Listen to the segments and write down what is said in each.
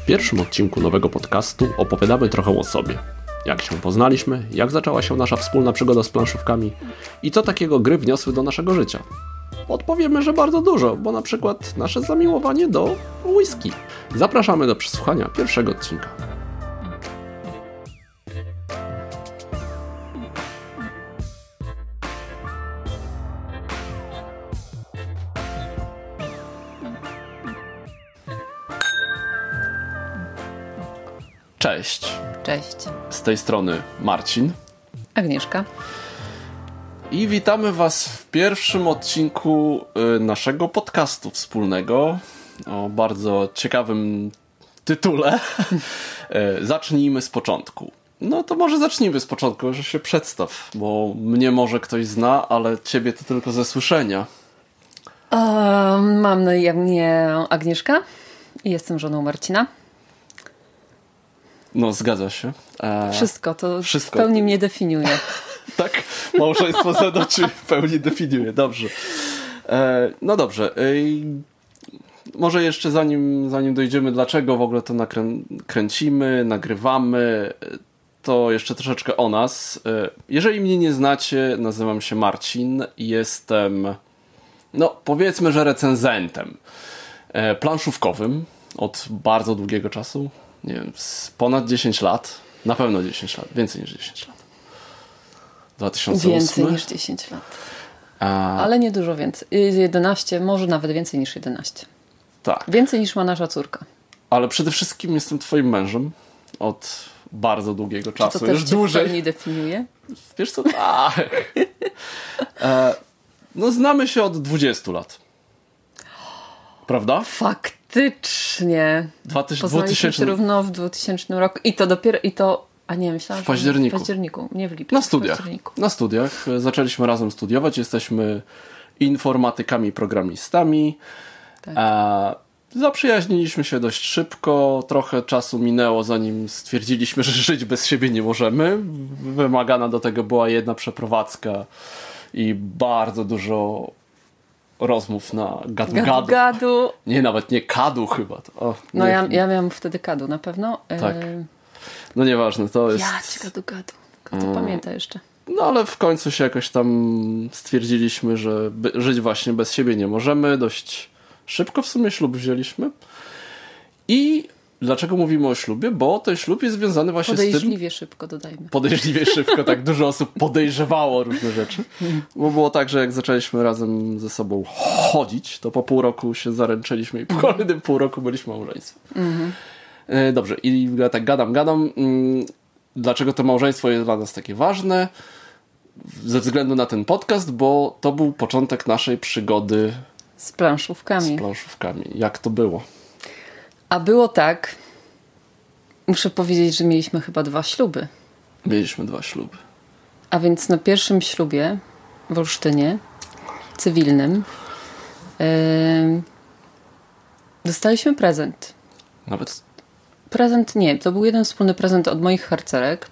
pierwszym odcinku nowego podcastu opowiadamy trochę o sobie. Jak się poznaliśmy, jak zaczęła się nasza wspólna przygoda z planszówkami i co takiego gry wniosły do naszego życia. Odpowiemy, że bardzo dużo, bo na przykład nasze zamiłowanie do whisky. Zapraszamy do przesłuchania pierwszego odcinka. Cześć. Cześć. Z tej strony Marcin. Agnieszka. I witamy Was w pierwszym odcinku naszego podcastu wspólnego o bardzo ciekawym tytule. Zacznijmy z początku. No to może zacznijmy z początku, że się przedstaw, bo mnie może ktoś zna, ale Ciebie to tylko ze słyszenia. Mam na imię Agnieszka i jestem żoną Marcina. No, zgadza się. Wszystko w pełni mnie definiuje. Tak, małżeństwo zadoczy w pełni definiuje. Dobrze. No dobrze. Może jeszcze zanim dojdziemy, dlaczego w ogóle to kręcimy, nagrywamy, to jeszcze troszeczkę o nas. Jeżeli mnie nie znacie, nazywam się Marcin i jestem, no powiedzmy, że recenzentem planszówkowym od bardzo długiego czasu. Nie wiem, ponad 10 lat. Na pewno 10 lat. Więcej niż 10 lat. 2008. Więcej niż 10 lat. Ale nie dużo więcej. 11, może nawet więcej niż 11. Tak. Więcej niż ma nasza córka. Ale przede wszystkim jestem twoim mężem od bardzo długiego czasu. Czy to też już dłużej. W pełni definiuje? Wiesz co? Tak. No znamy się od 20 lat. Prawda? Faktycznie. Poznaliśmy się równo w 2000 roku. I to dopiero, myślałam, w październiku. W październiku, nie w lipcu. Na studiach. Zaczęliśmy razem studiować. Jesteśmy informatykami, programistami. Tak. Zaprzyjaźniliśmy się dość szybko. Trochę czasu minęło, zanim stwierdziliśmy, że żyć bez siebie nie możemy. Wymagana do tego była jedna przeprowadzka i bardzo dużo rozmów na gadu. Nie, nawet nie kadu chyba. Ja miałam wtedy kadu na pewno. Tak. No nieważne, to jest... Ja cię gadu. Kto pamięta jeszcze? No ale w końcu się jakoś tam stwierdziliśmy, że żyć właśnie bez siebie nie możemy. Dość szybko w sumie ślub wzięliśmy. I dlaczego mówimy o ślubie? Bo ten ślub jest związany właśnie z tym... Podejrzliwie szybko, dodajmy. Podejrzliwie szybko, tak. Dużo osób podejrzewało różne rzeczy. Bo było tak, że jak zaczęliśmy razem ze sobą chodzić, to po pół roku się zaręczyliśmy i po kolejnym pół roku byliśmy małżeństwem. Dobrze, i tak gadam. Dlaczego to małżeństwo jest dla nas takie ważne? Ze względu na ten podcast, bo to był początek naszej przygody z planszówkami. Jak to było? A było tak, muszę powiedzieć, że mieliśmy chyba 2 śluby. Mieliśmy 2 śluby. A więc na pierwszym ślubie w Olsztynie cywilnym dostaliśmy prezent. Nawet? Prezent nie, to był jeden wspólny prezent od moich harcerek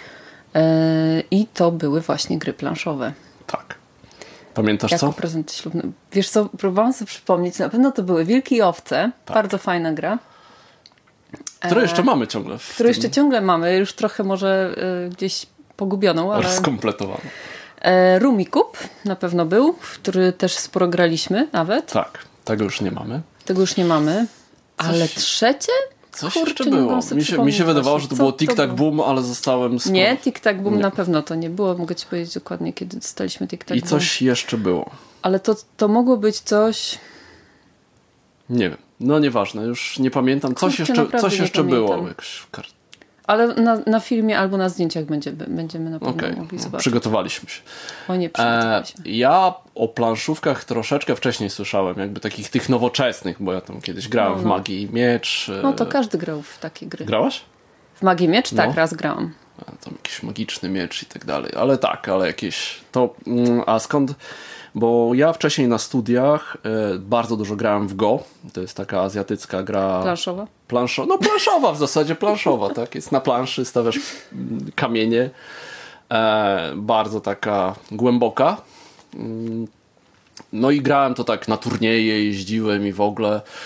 i to były właśnie gry planszowe. Tak. Pamiętasz jako co? Prezent ślubny. Wiesz co, próbowałam sobie przypomnieć, na pewno to były Wilki i Owce, tak. Bardzo fajna gra. Którą jeszcze mamy ciągle. Którą jeszcze ciągle mamy, już trochę może gdzieś pogubioną, ale... Skompletowaną. Rummikub na pewno był, w który też sporo graliśmy nawet. Tak, tego już nie mamy. Ale trzecie? Coś jeszcze było. Mi się wydawało, że to było Tic Tac Boom, ale zostałem... Nie, Tic Tac Boom na pewno to nie było. Mogę ci powiedzieć dokładnie, kiedy dostaliśmy Tic Tac Boom. I coś jeszcze było. Ale to mogło być coś... Nie wiem. No nieważne, już nie pamiętam. Coś jeszcze było. Ale na filmie albo na zdjęciach będziemy na pewno mogli zobaczyć. Przygotowaliśmy się. Nie przygotowaliśmy. Ja o planszówkach troszeczkę wcześniej słyszałem, jakby takich tych nowoczesnych, bo ja tam kiedyś grałem w Magii i Miecz. No to każdy grał w takie gry. Grałaś? W Magii i Miecz? Tak, raz grałam. Tam jakiś magiczny miecz i tak dalej. Ale jakieś... A skąd... Bo ja wcześniej na studiach bardzo dużo grałem w Go. To jest taka azjatycka gra... Planszowa? Planszowa w zasadzie, tak? Jest na planszy, stawiasz kamienie. Bardzo taka głęboka. No i grałem to tak na turnieje, jeździłem i w ogóle.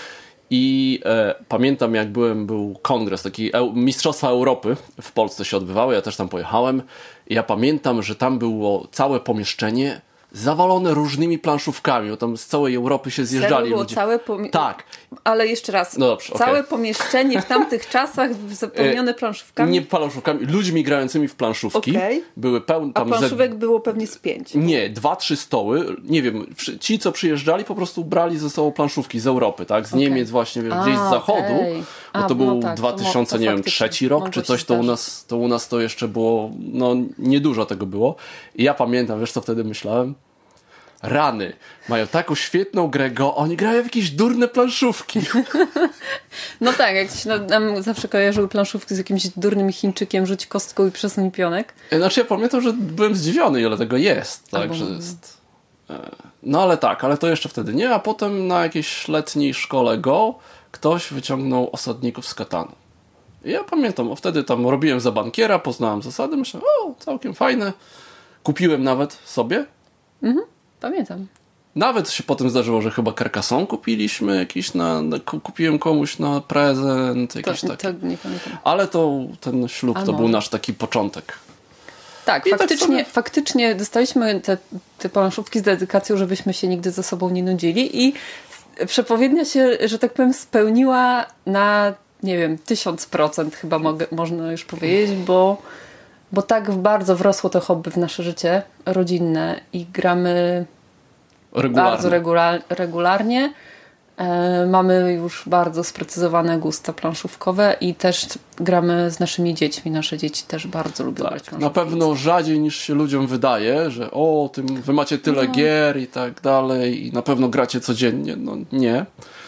I pamiętam, jak był kongres, taki Mistrzostwa Europy w Polsce się odbywały, ja też tam pojechałem. I ja pamiętam, że tam było całe pomieszczenie zawalone różnymi planszówkami, bo tam z całej Europy się zjeżdżali było ludzie. Całe tak. Ale jeszcze raz, no dobrze, całe pomieszczenie w tamtych czasach zapełnione planszówkami? Nie planszówkami, ludźmi grającymi w planszówki. Były pełne tam. A planszówek było pewnie z 5. Nie, 2-3 stoły. Nie wiem, ci co przyjeżdżali po prostu brali ze sobą planszówki z Europy, tak? Z Niemiec właśnie, gdzieś z zachodu. Bo to był 2003 rok czy coś, to u nas to jeszcze było, no niedużo tego było. I ja pamiętam, wiesz co wtedy myślałem? Rany, mają taką świetną grę, oni grają w jakieś durne planszówki. No tak, jak się nam zawsze kojarzyły planszówki z jakimś durnym Chińczykiem, rzuć kostką i przesuń pionek. Znaczy ja pamiętam, że byłem zdziwiony, ile tego jest. Tak, że jest. No ale to jeszcze wtedy nie, a potem na jakiejś letniej szkole Go ktoś wyciągnął Osadników z Katanu. I ja pamiętam, wtedy tam robiłem za bankiera, poznałem zasady, myślałem, całkiem fajne. Kupiłem nawet sobie. Pamiętam. Nawet się potem zdarzyło, że chyba Carcassonne kupiliśmy jakiś kupiłem komuś na prezent, jakiś taki. To nie pamiętam. Ale ten ślub to był nasz taki początek. Tak, faktycznie dostaliśmy te planszówki z dedykacją, żebyśmy się nigdy ze sobą nie nudzili i przepowiednia się, że tak powiem, spełniła na, nie wiem, 1000% chyba można już powiedzieć, bo tak bardzo wrosło to hobby w nasze życie rodzinne i gramy bardzo regularnie. Mamy już bardzo sprecyzowane gusta planszówkowe i też gramy z naszymi dziećmi. Nasze dzieci też bardzo lubią grać planszówki. Na pewno rzadziej niż się ludziom wydaje, że wy macie tyle gier i tak dalej i na pewno gracie codziennie. No nie.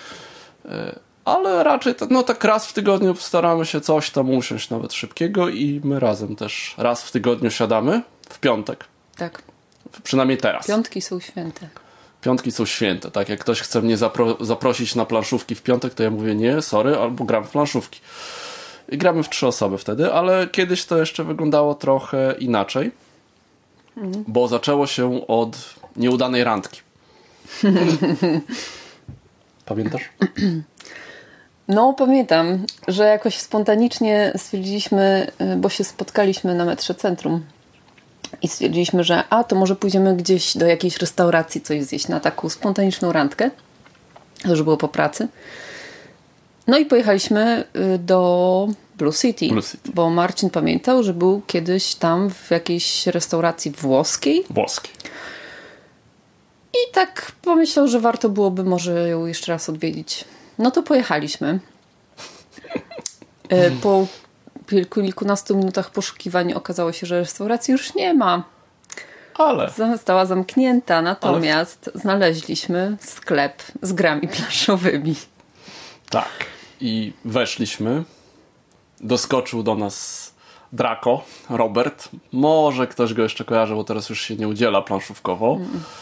Ale raczej tak raz w tygodniu staramy się coś tam usiąść nawet szybkiego i my razem też raz w tygodniu siadamy w piątek. Tak. Przynajmniej teraz. Piątki są święte. Piątki są święte, tak? Jak ktoś chce mnie zaprosić na planszówki w piątek, to ja mówię nie, sorry, albo gram w planszówki. I gramy w 3 osoby wtedy, ale kiedyś to jeszcze wyglądało trochę inaczej, bo zaczęło się od nieudanej randki. Pamiętasz? No, pamiętam, że jakoś spontanicznie stwierdziliśmy, bo się spotkaliśmy na metrze Centrum i stwierdziliśmy, że to może pójdziemy gdzieś do jakiejś restauracji coś zjeść na taką spontaniczną randkę. To już było po pracy. No i pojechaliśmy do Blue City, bo Marcin pamiętał, że był kiedyś tam w jakiejś restauracji włoskiej. I tak pomyślał, że warto byłoby może ją jeszcze raz odwiedzić. No to pojechaliśmy. Po kilkunastu minutach poszukiwań okazało się, że restauracji już nie ma. Ale została zamknięta. Natomiast znaleźliśmy sklep z grami planszowymi. Tak. I weszliśmy. Doskoczył do nas Draco, Robert. Może ktoś go jeszcze kojarzy, bo teraz już się nie udziela planszówkowo.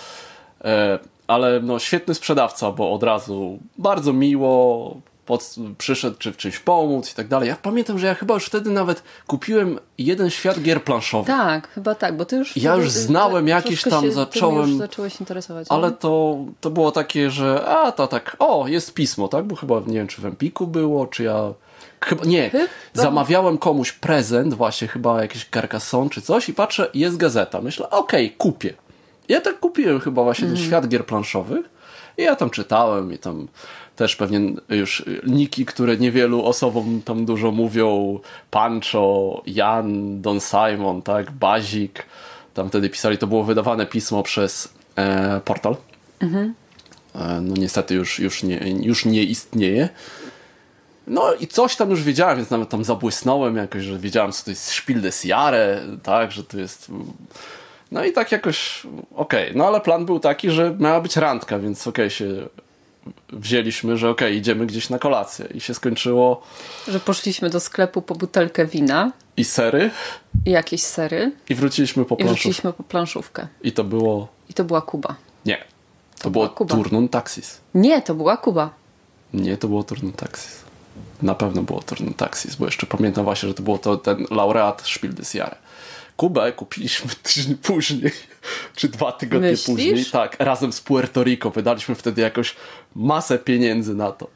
Ale świetny sprzedawca, bo od razu bardzo miło przyszedł czy w czymś pomóc i tak dalej. Ja pamiętam, że ja chyba już wtedy nawet kupiłem jeden świat gier planszowych. Tak, chyba tak, bo ty już... Ja już znałem jakieś tam, zacząłem... Już zacząłeś interesować. Ale to było takie, że jest pismo, tak? Bo chyba, nie wiem, czy w Empiku było, czy ja... Zamawiałem komuś prezent, właśnie chyba jakiś Carcassonne czy coś i patrzę, jest gazeta. Myślę, kupię. Ja tak kupiłem chyba właśnie ten świat gier planszowych i ja tam czytałem i tam też pewnie już niki, które niewielu osobom tam dużo mówią, Pancho, Jan, Don Simon, tak, Bazik, tam wtedy pisali, to było wydawane pismo przez portal. No niestety już nie istnieje. No i coś tam już wiedziałem, więc nawet tam zabłysnąłem jakoś, że wiedziałem, co to jest Spiel des Jahres, tak, że to jest... No i tak jakoś no ale plan był taki, że miała być randka, więc się wzięliśmy, że idziemy gdzieś na kolację i się skończyło... Że poszliśmy do sklepu po butelkę wina. I sery. I jakieś sery. I wróciliśmy po planszówkę. I to było... I to była Kuba. Nie. To było Turnum Taxis. Nie, to była Kuba. Nie, to było Turnum Taxis. Na pewno było Turnum Taxis, bo jeszcze pamiętam właśnie, że to było ten laureat Spiel des Jahres. Kubę kupiliśmy tydzień później, czy 2 tygodnie później. Tak, razem z Puerto Rico. Wydaliśmy wtedy jakoś masę pieniędzy na to.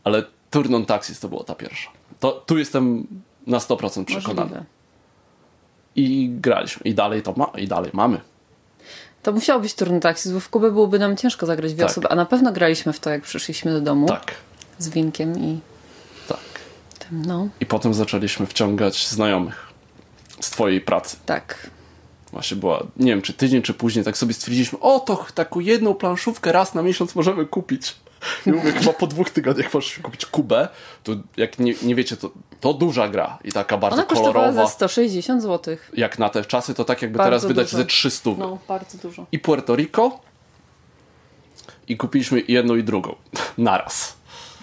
ale Turn on Taxis to była ta pierwsza. Tu jestem na 100% przekonany. Możliwe. I graliśmy. I dalej mamy. To musiało być Turn on Taxis, bo w Kubę byłoby nam ciężko zagrać dwie osoby, a na pewno graliśmy w to, jak przyszliśmy do domu. Tak. Z Winkiem i... Tak. No. I potem zaczęliśmy wciągać znajomych z twojej pracy. Tak. Właśnie była, nie wiem, czy tydzień, czy później, tak sobie stwierdziliśmy, to taką jedną planszówkę raz na miesiąc możemy kupić. I mówię, chyba po 2 tygodniach możesz kupić Kubę. To jak nie wiecie, to duża gra i taka bardzo kolorowa. Ona kosztowała za 160 zł. Jak na te czasy, to tak jakby bardzo teraz wydać dużo. ze 300. No, bardzo dużo. I Puerto Rico. I kupiliśmy jedną i drugą. Naraz.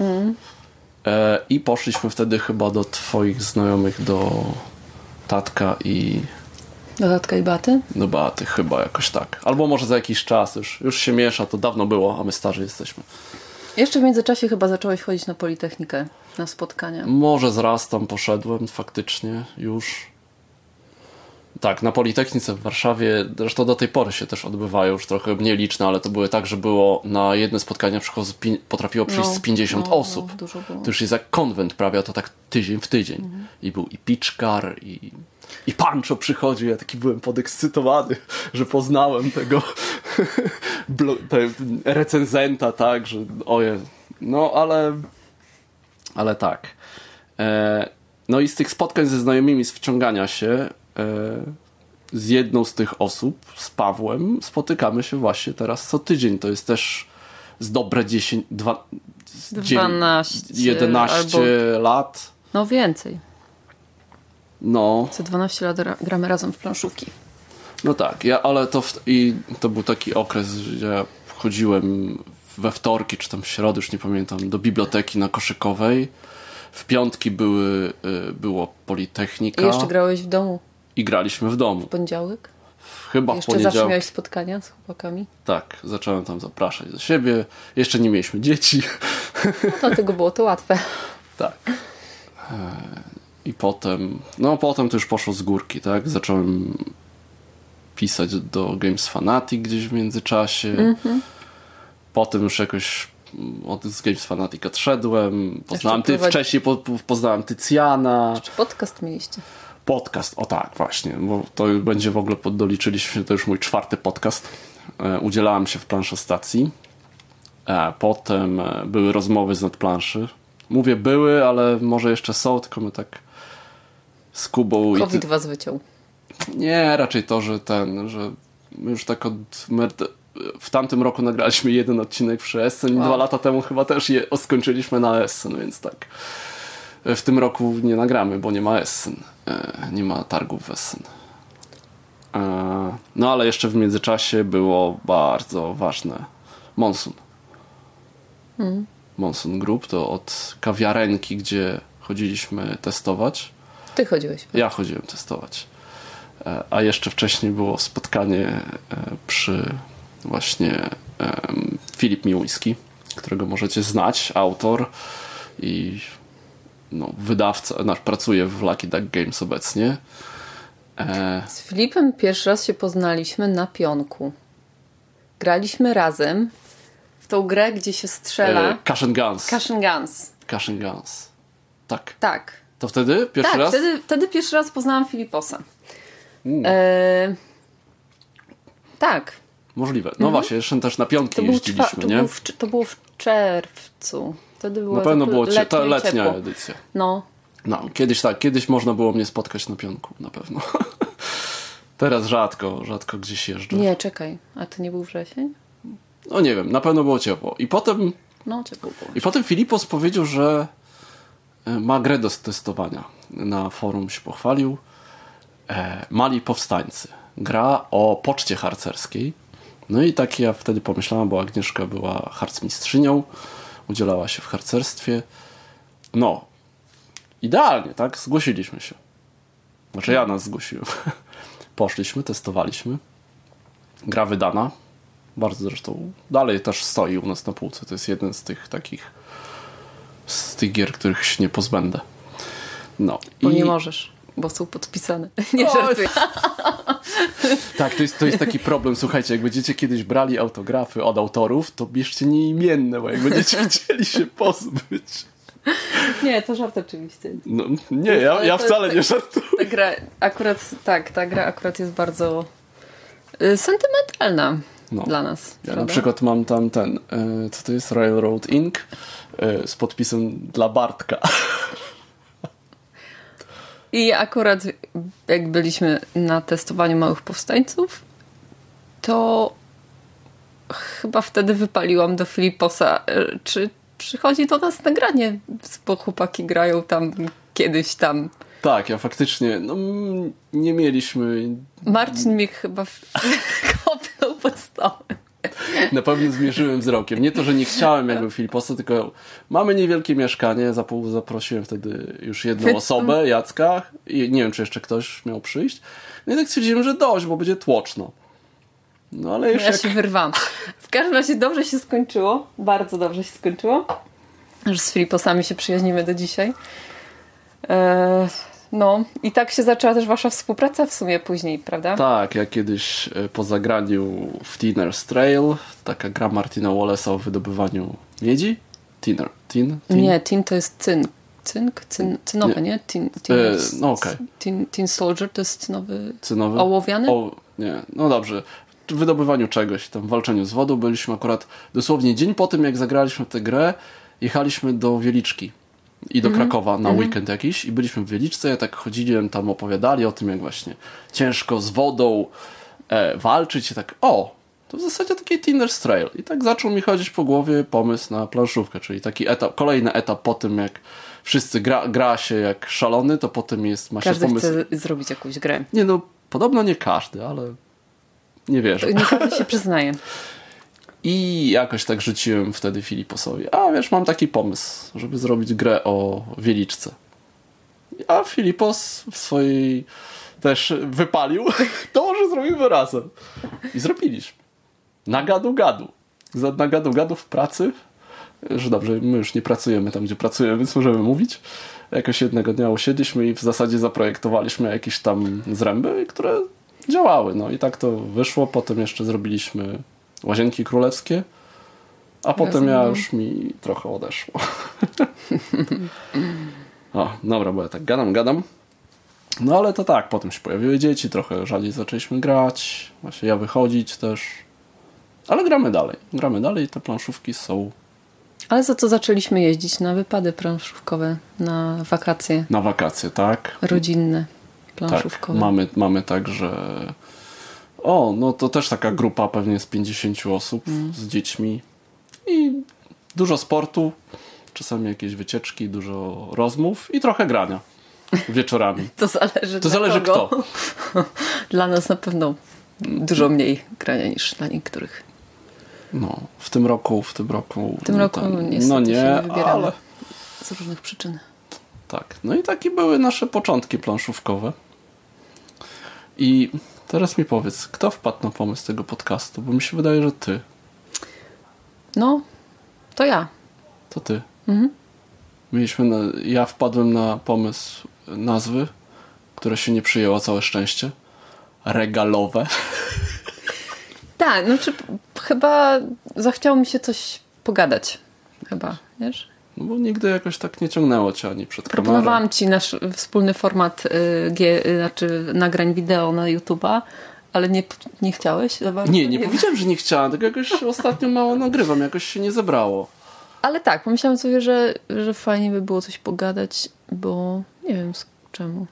I poszliśmy wtedy chyba do twoich znajomych, do Tatka i... Do Tatka i Baty? Do Baty, chyba jakoś tak. Albo może za jakiś czas już się miesza, to dawno było, a my starzy jesteśmy. Jeszcze w międzyczasie chyba zacząłeś chodzić na Politechnikę, na spotkania. Może zraz tam poszedłem faktycznie już. Tak, na Politechnice w Warszawie, zresztą do tej pory się też odbywają, już trochę mniej liczne, ale to były tak, że było na jedne spotkanie potrafiło przyjść z 50 osób. Dużo było. To już jest jak konwent prawie, a to tak tydzień w tydzień. I był i Piczkar, i Pancho przychodził. Ja taki byłem podekscytowany, że poznałem tego recenzenta, tak, że ojej. No, ale tak. No i z tych spotkań ze znajomymi, z wciągania się z jedną z tych osób, z Pawłem, spotykamy się właśnie teraz co tydzień. To jest też z dobre 11 albo... lat. No więcej. No. Co 12 lat gramy razem w planszówki. No tak, ale to był taki okres, że ja chodziłem we wtorki, czy tam w środę, już nie pamiętam, do biblioteki na Koszykowej. W piątki było Politechnika. I jeszcze grałeś w domu. I graliśmy w domu. W poniedziałek? Chyba jeszcze w poniedziałek. zawsze miałeś spotkania z chłopakami? Tak, zacząłem tam zapraszać do siebie. Jeszcze nie mieliśmy dzieci. No, dlatego było to łatwe. Tak. I potem to już poszło z górki, tak? Zacząłem pisać do Games Fanatic gdzieś w międzyczasie. Potem już jakoś z Games Fanatic odszedłem. Wcześniej poznałem Tycjana. Jeszcze podcast mieliście. Podcast, o tak, właśnie. Bo to będzie w ogóle, doliczyliśmy, to już mój 4. podcast. Udzielałem się w planszostacji. Potem były rozmowy z nadplanszy. Mówię były, ale może jeszcze są, tylko my tak z Kubą... COVID was wyciął. Nie, raczej to, że my już tak w tamtym roku nagraliśmy 1 odcinek przy Essen i 2 lata temu chyba też je skończyliśmy na Essen, więc tak. W tym roku nie nagramy, bo nie ma Essen. Nie ma targów w Essen. No ale jeszcze w międzyczasie było bardzo ważne Monsun. Monsun Group to od kawiarenki, gdzie chodziliśmy testować. Ty chodziłeś. Ja chodziłem testować. A jeszcze wcześniej było spotkanie przy właśnie Filip Miłuński, którego możecie znać, autor i wydawca, pracuje w Lucky Duck Games obecnie. Z Filipem pierwszy raz się poznaliśmy na Pionku. Graliśmy razem w tą grę, gdzie się strzela... Cash and Guns. Cash and Guns. Tak. Tak. To wtedy pierwszy raz? Wtedy pierwszy raz poznałam Filiposa. Tak. Możliwe. No właśnie, jeszcze też na Pionki jeździliśmy, nie? To było w czerwcu. Wtedy była na pewno było letnia ciepło. edycja. No, kiedyś można było mnie spotkać na Pionku, na pewno. Teraz rzadko gdzieś jeżdżę. Nie, czekaj. A to nie był wrzesień? No nie wiem, na pewno było ciepło. I potem... No, ciepło było. I potem Filipos powiedział, że ma grę do testowania. Na forum się pochwalił. Mali Powstańcy. Gra o poczcie harcerskiej. No i tak ja wtedy pomyślałem, bo Agnieszka była harcmistrzynią. Udzielała się w harcerstwie. No. Idealnie, tak? Zgłosiliśmy się. Znaczy ja nas zgłosiłem. Poszliśmy, testowaliśmy. Gra wydana. Bardzo zresztą dalej też stoi u nas na półce. To jest jeden z tych takich gier, których się nie pozbędę. No. Bo nie możesz, bo są podpisane. Nie żartuję. Tak, to jest taki problem. Słuchajcie, jak będziecie kiedyś brali autografy od autorów, to bierzcie nieimienne, bo jak będziecie chcieli się pozbyć. Nie, to żart oczywiście. No, nie, ja wcale nie żartuję. Ta gra akurat jest bardzo sentymentalna dla nas. Ja prawda? na przykład mam tam co to jest? Railroad Inc. Z podpisem dla Bartka. I akurat jak byliśmy na testowaniu Małych Powstańców, to chyba wtedy wypaliłam do Filiposa, czy przychodzi do nas nagranie, bo chłopaki grają tam kiedyś tam. Tak, ja faktycznie, nie mieliśmy... Marcin mi chyba kopnął pod stołem. Na pewno zmierzyłem wzrokiem. Nie to, że nie chciałem jakby Filiposa, tylko mamy niewielkie mieszkanie, zaprosiłem wtedy już jedną osobę, Jacka, i nie wiem, czy jeszcze ktoś miał przyjść. No i tak stwierdziłem, że dość, bo będzie tłoczno. No ale już się wyrwałam. W każdym razie dobrze się skończyło. Bardzo dobrze się skończyło. Że z Filiposami się przyjaźnimy do dzisiaj. No i tak się zaczęła też wasza współpraca w sumie później, prawda? Tak, ja kiedyś po zagraniu w Tinner's Trail, taka gra Martina Wallace'a o wydobywaniu miedzi. Tin? Nie, tin to jest cynowe, nie? Tin Soldier to jest cynowy? Ołowiany? Nie, no dobrze. W wydobywaniu czegoś, tam w walczeniu z wodą byliśmy akurat dosłownie dzień po tym, jak zagraliśmy tę grę, jechaliśmy do Wieliczki i do Krakowa na weekend jakiś i byliśmy w Wieliczce, ja tak chodziłem, tam opowiadali o tym, jak właśnie ciężko z wodą walczyć i tak, to w zasadzie taki Tinner's Trail. I tak zaczął mi chodzić po głowie pomysł na planszówkę, czyli taki kolejny etap po tym, jak wszyscy gra się jak szalony, to potem ma się każdy pomysł... chce zrobić jakąś grę. Nie, podobno nie każdy, ale nie wierzę. Nie każdy się przyznaje. I jakoś tak rzuciłem wtedy Filiposowi. Mam taki pomysł, żeby zrobić grę o Wieliczce. A Filipos w swojej też wypalił. To może zrobimy razem. I zrobiliśmy. Na gadu-gadu. Na gadu-gadu w pracy. Że dobrze, my już nie pracujemy tam, gdzie pracujemy, więc możemy mówić. Jakoś jednego dnia usiedliśmy i w zasadzie zaprojektowaliśmy jakieś tam zręby, które działały. No i tak to wyszło. Potem jeszcze zrobiliśmy Łazienki Królewskie, a potem już mi trochę odeszło. Dobra, bo ja tak gadam. No ale to tak, potem się pojawiły dzieci, trochę rzadziej zaczęliśmy grać, właśnie ja wychodzić też. Ale gramy dalej, te planszówki są. Ale za to zaczęliśmy jeździć na wypady planszówkowe, na wakacje. Na wakacje, tak. Rodzinne, planszówkowe. Tak, mamy tak, że to też taka grupa pewnie z 50 osób z dziećmi i dużo sportu, czasami jakieś wycieczki, dużo rozmów i trochę grania wieczorami. To zależy kto. Dla nas na pewno dużo mniej grania niż dla niektórych. W tym roku niestety się nie wybieramy, ale z różnych przyczyn. Tak, no i takie były nasze początki planszówkowe. I teraz mi powiedz, kto wpadł na pomysł tego podcastu? Bo mi się wydaje, że ty. To ja. To ty. Ja wpadłem na pomysł nazwy, która się nie przyjęła, całe szczęście. Regalowe. Tak, chyba zachciało mi się coś pogadać. Chyba, wiesz? Bo nigdy jakoś tak nie ciągnęło cię ani przed kamerą. Proponowałam ci nasz wspólny format nagrań wideo na YouTube'a, ale nie chciałeś? Nie powiedziałem, że nie chciałam, tylko jakoś ostatnio mało nagrywam, jakoś się nie zebrało. Ale tak, pomyślałam sobie, że fajnie by było coś pogadać, bo nie wiem czemu.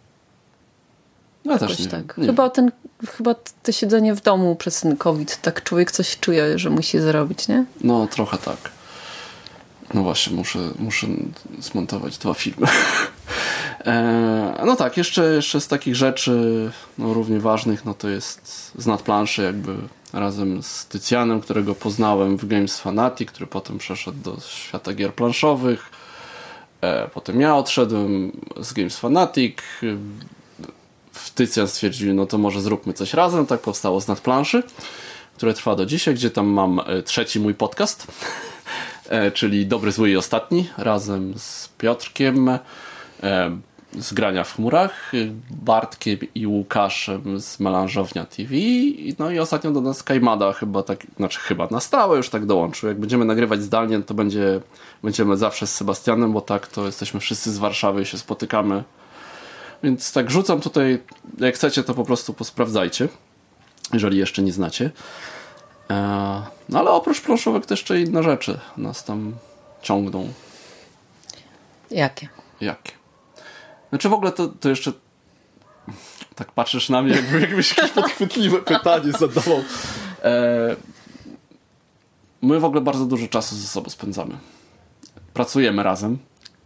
Ja też nie tak. Nie Chyba to siedzenie w domu przez ten COVID, tak człowiek coś czuje, że musi zrobić, nie? No, trochę tak. No właśnie, muszę zmontować 2 filmy. No tak, jeszcze z takich rzeczy równie ważnych, to jest z nadplanszy jakby razem z Tycjanem, którego poznałem w Games Fanatic, który potem przeszedł do świata gier planszowych. Potem ja odszedłem z Games Fanatic. Tycjan stwierdził, to może zróbmy coś razem. Tak powstało z nadplanszy, które trwa do dzisiaj, gdzie tam mam 3. mój podcast. Czyli Dobry, Zły i Ostatni razem z Piotrkiem. z Grania w chmurach, Bartkiem i Łukaszem z Melanżownia TV, no i ostatnio do nas Kajmada chyba na stałe już tak dołączył. Jak będziemy nagrywać zdalnie, to będziemy zawsze z Sebastianem, bo tak to jesteśmy wszyscy z Warszawy i się spotykamy. Więc tak rzucam tutaj, jak chcecie, to po prostu posprawdzajcie, jeżeli jeszcze nie znacie. No ale oprócz planszówek to jeszcze inne rzeczy nas tam ciągną. Jakie? Znaczy w ogóle to jeszcze tak patrzysz na mnie, jakbyś jakieś podchwytliwe pytanie zadawał. My w ogóle bardzo dużo czasu ze sobą spędzamy. Pracujemy razem.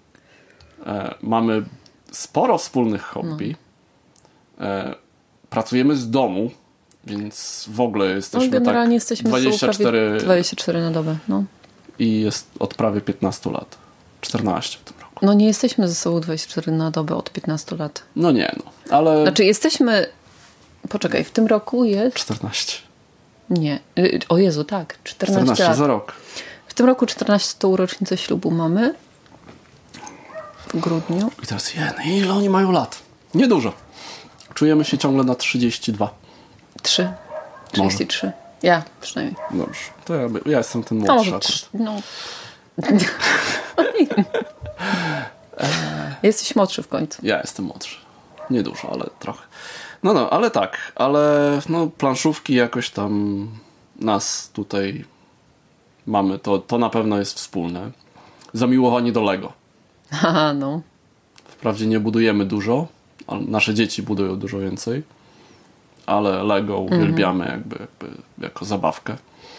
Mamy sporo wspólnych hobby. Pracujemy z domu, więc w ogóle jesteśmy generalnie tak jesteśmy 24 na dobę. No. I jest od prawie 15 lat. 14 w tym roku. No nie jesteśmy ze sobą 24 na dobę od 15 lat. No nie, ale... Znaczy jesteśmy... Poczekaj, w tym roku jest... 14. Nie. O Jezu, tak. 14 lat. za rok. W tym roku 14 rocznicę ślubu mamy. W grudniu. I teraz ile oni mają lat? Niedużo. Czujemy się ciągle na 32. 3. 33. Może. Ja przynajmniej. Dobrze. To ja jestem ten młodszy. Jesteś młodszy w końcu. Ja jestem młodszy. Niedużo, ale trochę. No, ale tak. Ale planszówki jakoś tam nas tutaj mamy. To na pewno jest wspólne. Zamiłowanie do Lego. Haha, no. Wprawdzie nie budujemy dużo, ale nasze dzieci budują dużo więcej. Ale Lego uwielbiamy jakby jako zabawkę.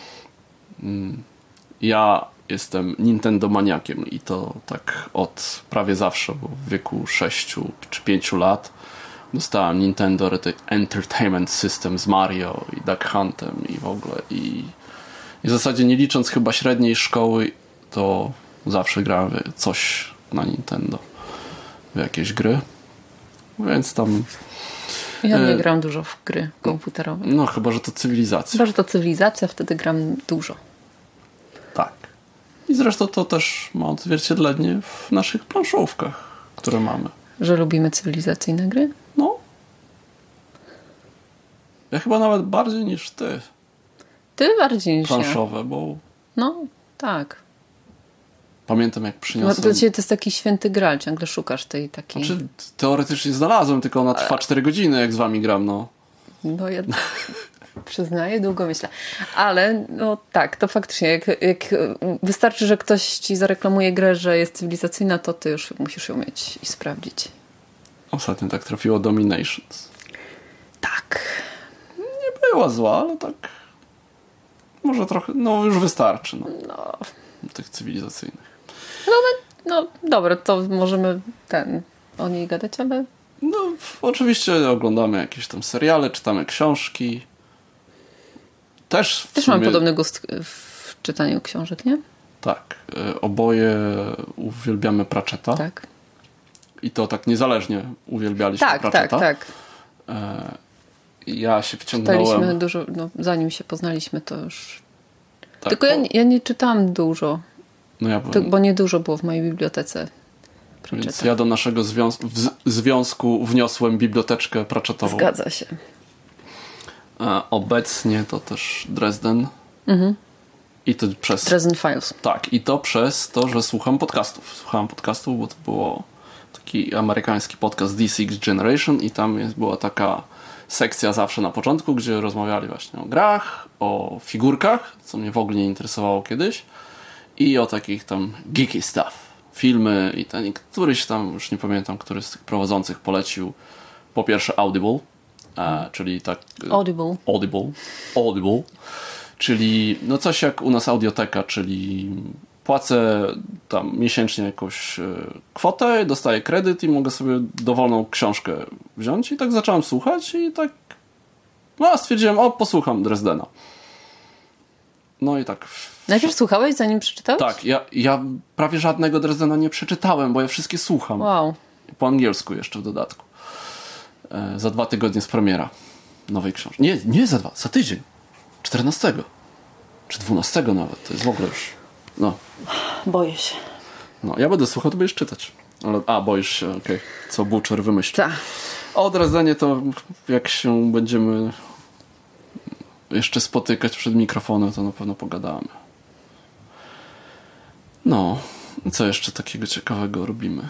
Ja jestem Nintendo maniakiem i to tak od prawie zawsze, bo w wieku 6 czy 5 lat dostałem Nintendo Entertainment System z Mario i Duck Huntem i w ogóle i w zasadzie nie licząc chyba średniej szkoły, to zawsze grałem coś na Nintendo, w jakieś gry, więc tam ja nie gram dużo w gry komputerowe. No chyba, że to cywilizacja. Wtedy gram dużo. Tak. I zresztą to też ma odzwierciedlenie w naszych planszówkach, które mamy. Że lubimy cywilizacyjne gry? No. Ja chyba nawet bardziej niż ty. Ty bardziej niż planszowe, ja. Bo... No, tak. Pamiętam, jak przyniosłem... No, dla ciebie to jest taki święty gral, ciągle szukasz tej takiej... Znaczy, teoretycznie znalazłem, tylko ona trwa 4 godziny, jak z wami gram, no. No ja przyznaję, długo myślę. Ale no tak, to faktycznie, jak wystarczy, że ktoś ci zareklamuje grę, że jest cywilizacyjna, to ty już musisz ją mieć i sprawdzić. Ostatnio tak trafiło Dominations. Tak. Nie była zła, ale tak... Może trochę... No już wystarczy, no. Tych cywilizacyjnych. No dobra, to możemy o niej gadać, ale... No, oczywiście oglądamy jakieś tam seriale, czytamy książki. Też mam podobny gust w czytaniu książek, nie? Tak. Oboje uwielbiamy Pratchetta. Tak. I to tak niezależnie uwielbialiśmy Pratchetta. Tak. Ja się wciągnąłem... Czytaliśmy dużo, zanim się poznaliśmy, to już... Tak, tylko ja nie czytałam dużo. No bo nie dużo było w mojej bibliotece. Więc ja do naszego związku wniosłem biblioteczkę Pratchettową. Zgadza się. Obecnie to też Dresden. I to przez... Dresden Files. Tak, i to przez to, że słucham podcastów. Słuchałem podcastów, bo to było taki amerykański podcast The Sixth Generation i tam była taka sekcja zawsze na początku, gdzie rozmawiali właśnie o grach, o figurkach, co mnie w ogóle nie interesowało kiedyś, i o takich tam geeky stuff. Filmy i któryś tam, już nie pamiętam, który z tych prowadzących polecił po pierwsze Audible, czyli tak... Audible. Czyli no coś jak u nas Audioteka, czyli płacę tam miesięcznie jakąś kwotę, dostaję kredyt i mogę sobie dowolną książkę wziąć i tak zacząłem słuchać i tak stwierdziłem, posłucham Dresdena. No i tak... Najpierw słuchałeś, zanim przeczytałeś? Tak, ja prawie żadnego Dresdena nie przeczytałem, bo ja wszystkie słucham. Wow. Po angielsku jeszcze w dodatku. Za 2 tygodnie z premiera nowej książki. Nie za tydzień. 14. Czy 12 nawet. To jest w ogóle już... No. Boję się. No, ja będę słuchał, to będziesz czytać. Ale, boisz się, okej. Co Butcher wymyślił. Tak. A odradzenie to jak się będziemy jeszcze spotykać przed mikrofonem, to na pewno pogadamy. No, co jeszcze takiego ciekawego robimy?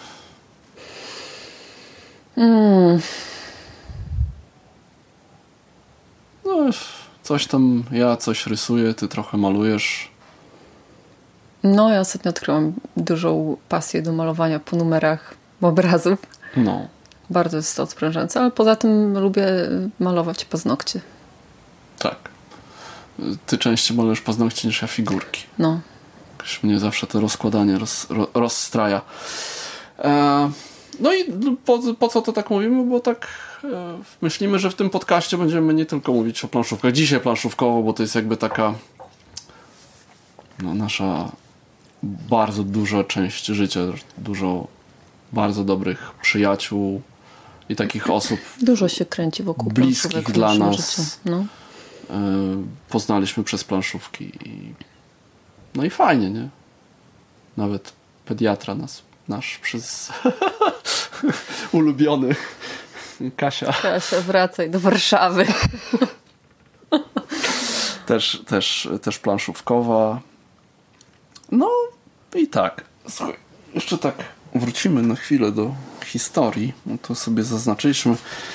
No, coś tam, ja coś rysuję, ty trochę malujesz. No, ja ostatnio odkryłam dużą pasję do malowania po numerach obrazów. No. Bardzo jest to odprężające, ale poza tym lubię malować paznokcie. Tak. Ty częściej malujesz paznokcie niż ja figurki. No. Jakoś mnie zawsze to rozkładanie rozstraja. No i po co to tak mówimy? Bo tak myślimy, że w tym podcaście będziemy nie tylko mówić o planszówkach. Dzisiaj planszówkowo, bo to jest jakby taka nasza bardzo duża część życia. Dużo bardzo dobrych przyjaciół i takich osób dużo się kręci wokół bliskich dla nas. Życiu. No. Poznaliśmy przez planszówki. No i fajnie, nie? Nawet pediatra nasz przez ulubiony Kasia, wracaj do Warszawy. też planszówkowa. No i tak. Słuchaj, jeszcze tak wrócimy na chwilę do historii. No to sobie zaznaczyliśmy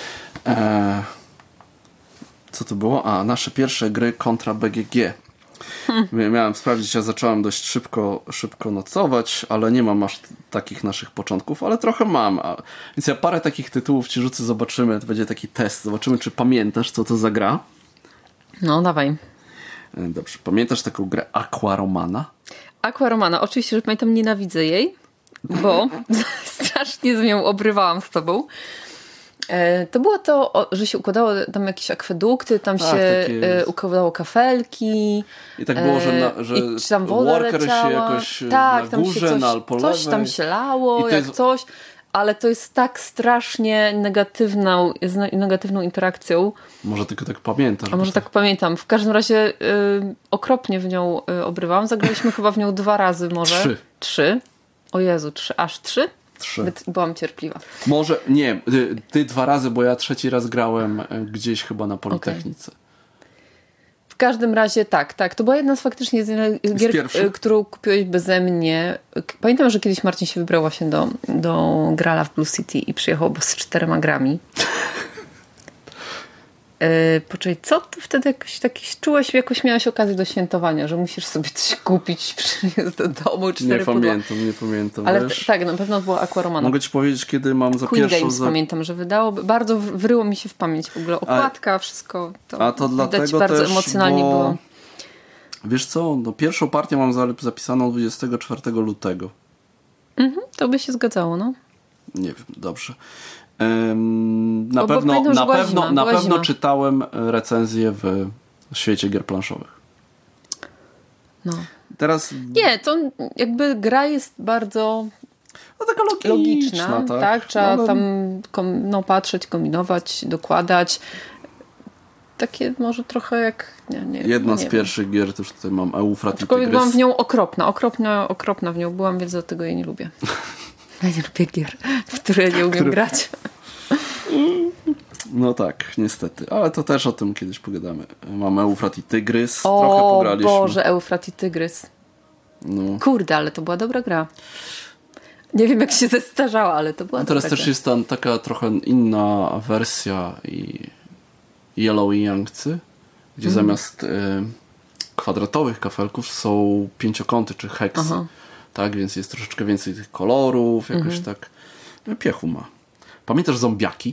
co to było? Nasze pierwsze gry kontra BGG. Miałem sprawdzić, ja zacząłem dość szybko nocować, ale nie mam aż takich naszych początków, ale trochę mam. Więc ja parę takich tytułów ci rzucę, zobaczymy, to będzie taki test. Zobaczymy, czy pamiętasz, co to za gra. No, dawaj. Dobrze, pamiętasz taką grę Aqua Romana? Aqua Romana, oczywiście, że pamiętam, nienawidzę jej, bo strasznie z nią obrywałam z tobą. To było to, że się układało tam jakieś akwedukty, tam się układało kafelki. I tak było, że i tam woda worker leciała. się jakoś tak, na górze, tam na po lewej. coś tam się lało, coś. Ale to jest tak strasznie negatywną interakcją. Może tylko tak pamiętasz. A może tak pamiętam. W każdym razie okropnie w nią obrywałam. Zagraliśmy chyba w nią 2 razy może. 3. O Jezu, 3. Aż 3? 3. Byłam cierpliwa. Może, nie, ty 2 razy, bo ja 3. raz grałem gdzieś chyba na Politechnice. Okay. W każdym razie tak. To była jedna z faktycznie gier, którą kupiłeś beze mnie. Pamiętam, że kiedyś Marcin się wybrał właśnie do Grala w Blue City i przyjechał z 4 grami. Poczekaj, co ty wtedy czułeś, jakoś miałeś okazję do świętowania, że musisz sobie coś kupić, przynieść do domu, 4 pudła. Nie pamiętam. Ale tak, na pewno była Aqua Romana. Mogę ci powiedzieć, kiedy mam za Queen pierwszą... Games pamiętam, że wydało. Bardzo wryło mi się w pamięć w ogóle okładka, wszystko. To dlatego bardzo też, emocjonalnie było. Wiesz co, pierwszą partię mam zapisaną 24 lutego. To by się zgadzało, no. Nie wiem, dobrze. Na pewno czytałem recenzję w świecie gier planszowych. No. Teraz... Nie, to jakby gra jest bardzo taka logiczna. Tak? Trzeba tam patrzeć, kombinować, dokładać. Takie może trochę jak... Jedna z pierwszych gier, to już tutaj mam Eufrat i Aczkolwiek Tygrys. byłam w nią okropna w nią byłam, więc dlatego jej nie lubię. Ja nie lubię gier, w które nie umiem grać. No tak, niestety. Ale to też o tym kiedyś pogadamy. Mamy Eufrat i Tygrys. Trochę pograliśmy. O Boże, Eufrat i Tygrys. No. Kurde, ale to była dobra gra. Nie wiem, jak się zestarzała, ale to była dobra gra. Teraz też jest tam taka trochę inna wersja i Yellow i Yangtzy, gdzie zamiast kwadratowych kafelków są 5-kąty czy heksy. Aha. Tak, więc jest troszeczkę więcej tych kolorów, jakoś tak. Piechu ma. Pamiętasz Zombiaki?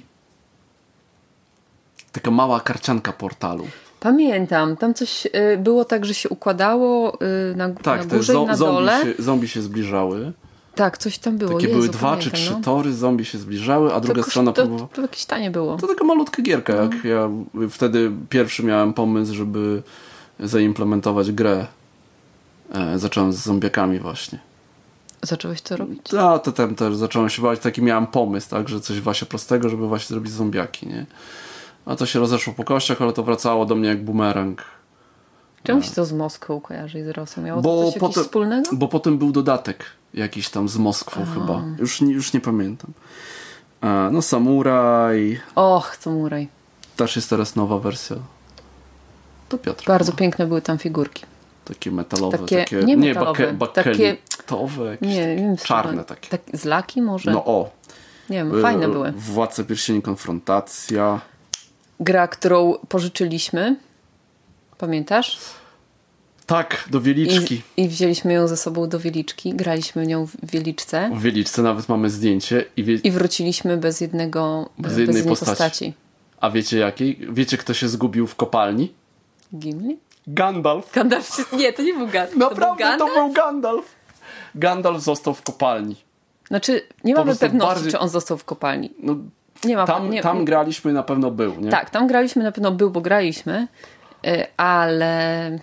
Taka mała karcianka portalu. Pamiętam. Tam coś było tak, że się układało na górze i na dole. Zombie się zbliżały. Tak, coś tam było. Takie były 2 czy 3 tory, zombie się zbliżały, a druga strona próbowała... To jakieś tanie było. To taka malutka gierka. Jak ja wtedy pierwszy miałem pomysł, żeby zaimplementować grę. Zacząłem z zombiakami właśnie. Zacząłeś to robić? To też zacząłem się bawić. Taki miałem pomysł, tak, że coś właśnie prostego, żeby właśnie zrobić zombiaki, nie? A to się rozeszło po kościach, ale to wracało do mnie jak bumerang. Czemu się to z Moskwą kojarzy i z Rosją? Miało to coś jakiegoś wspólnego? Bo potem był dodatek Jakiś tam z Moskwą chyba. Już nie pamiętam. No Samuraj. Och, Samuraj. Też jest teraz nowa wersja. To Piotr. Bardzo piękne były tam figurki. Takie metalowe. Nie metalowe. Bakelitowe. Nie wiem, czarne takie. Z laki może? No o. Nie wiem, fajne były. Władca Pierścieni Konfrontacja. Gra, którą pożyczyliśmy. Pamiętasz? Tak, do Wieliczki. I wzięliśmy ją ze sobą do Wieliczki. Graliśmy nią w Wieliczce. W Wieliczce nawet mamy zdjęcie. I wróciliśmy bez jednej postaci. A wiecie jakiej? Wiecie, kto się zgubił w kopalni? Gimli? Gandalf. Nie, to nie był Gandalf. Naprawdę, to był Gandalf. Gandalf został w kopalni. Znaczy, nie mamy pewności, czy on został w kopalni. No, nie ma, tam graliśmy, na pewno był, nie? Tak, tam graliśmy, na pewno był, bo graliśmy, ale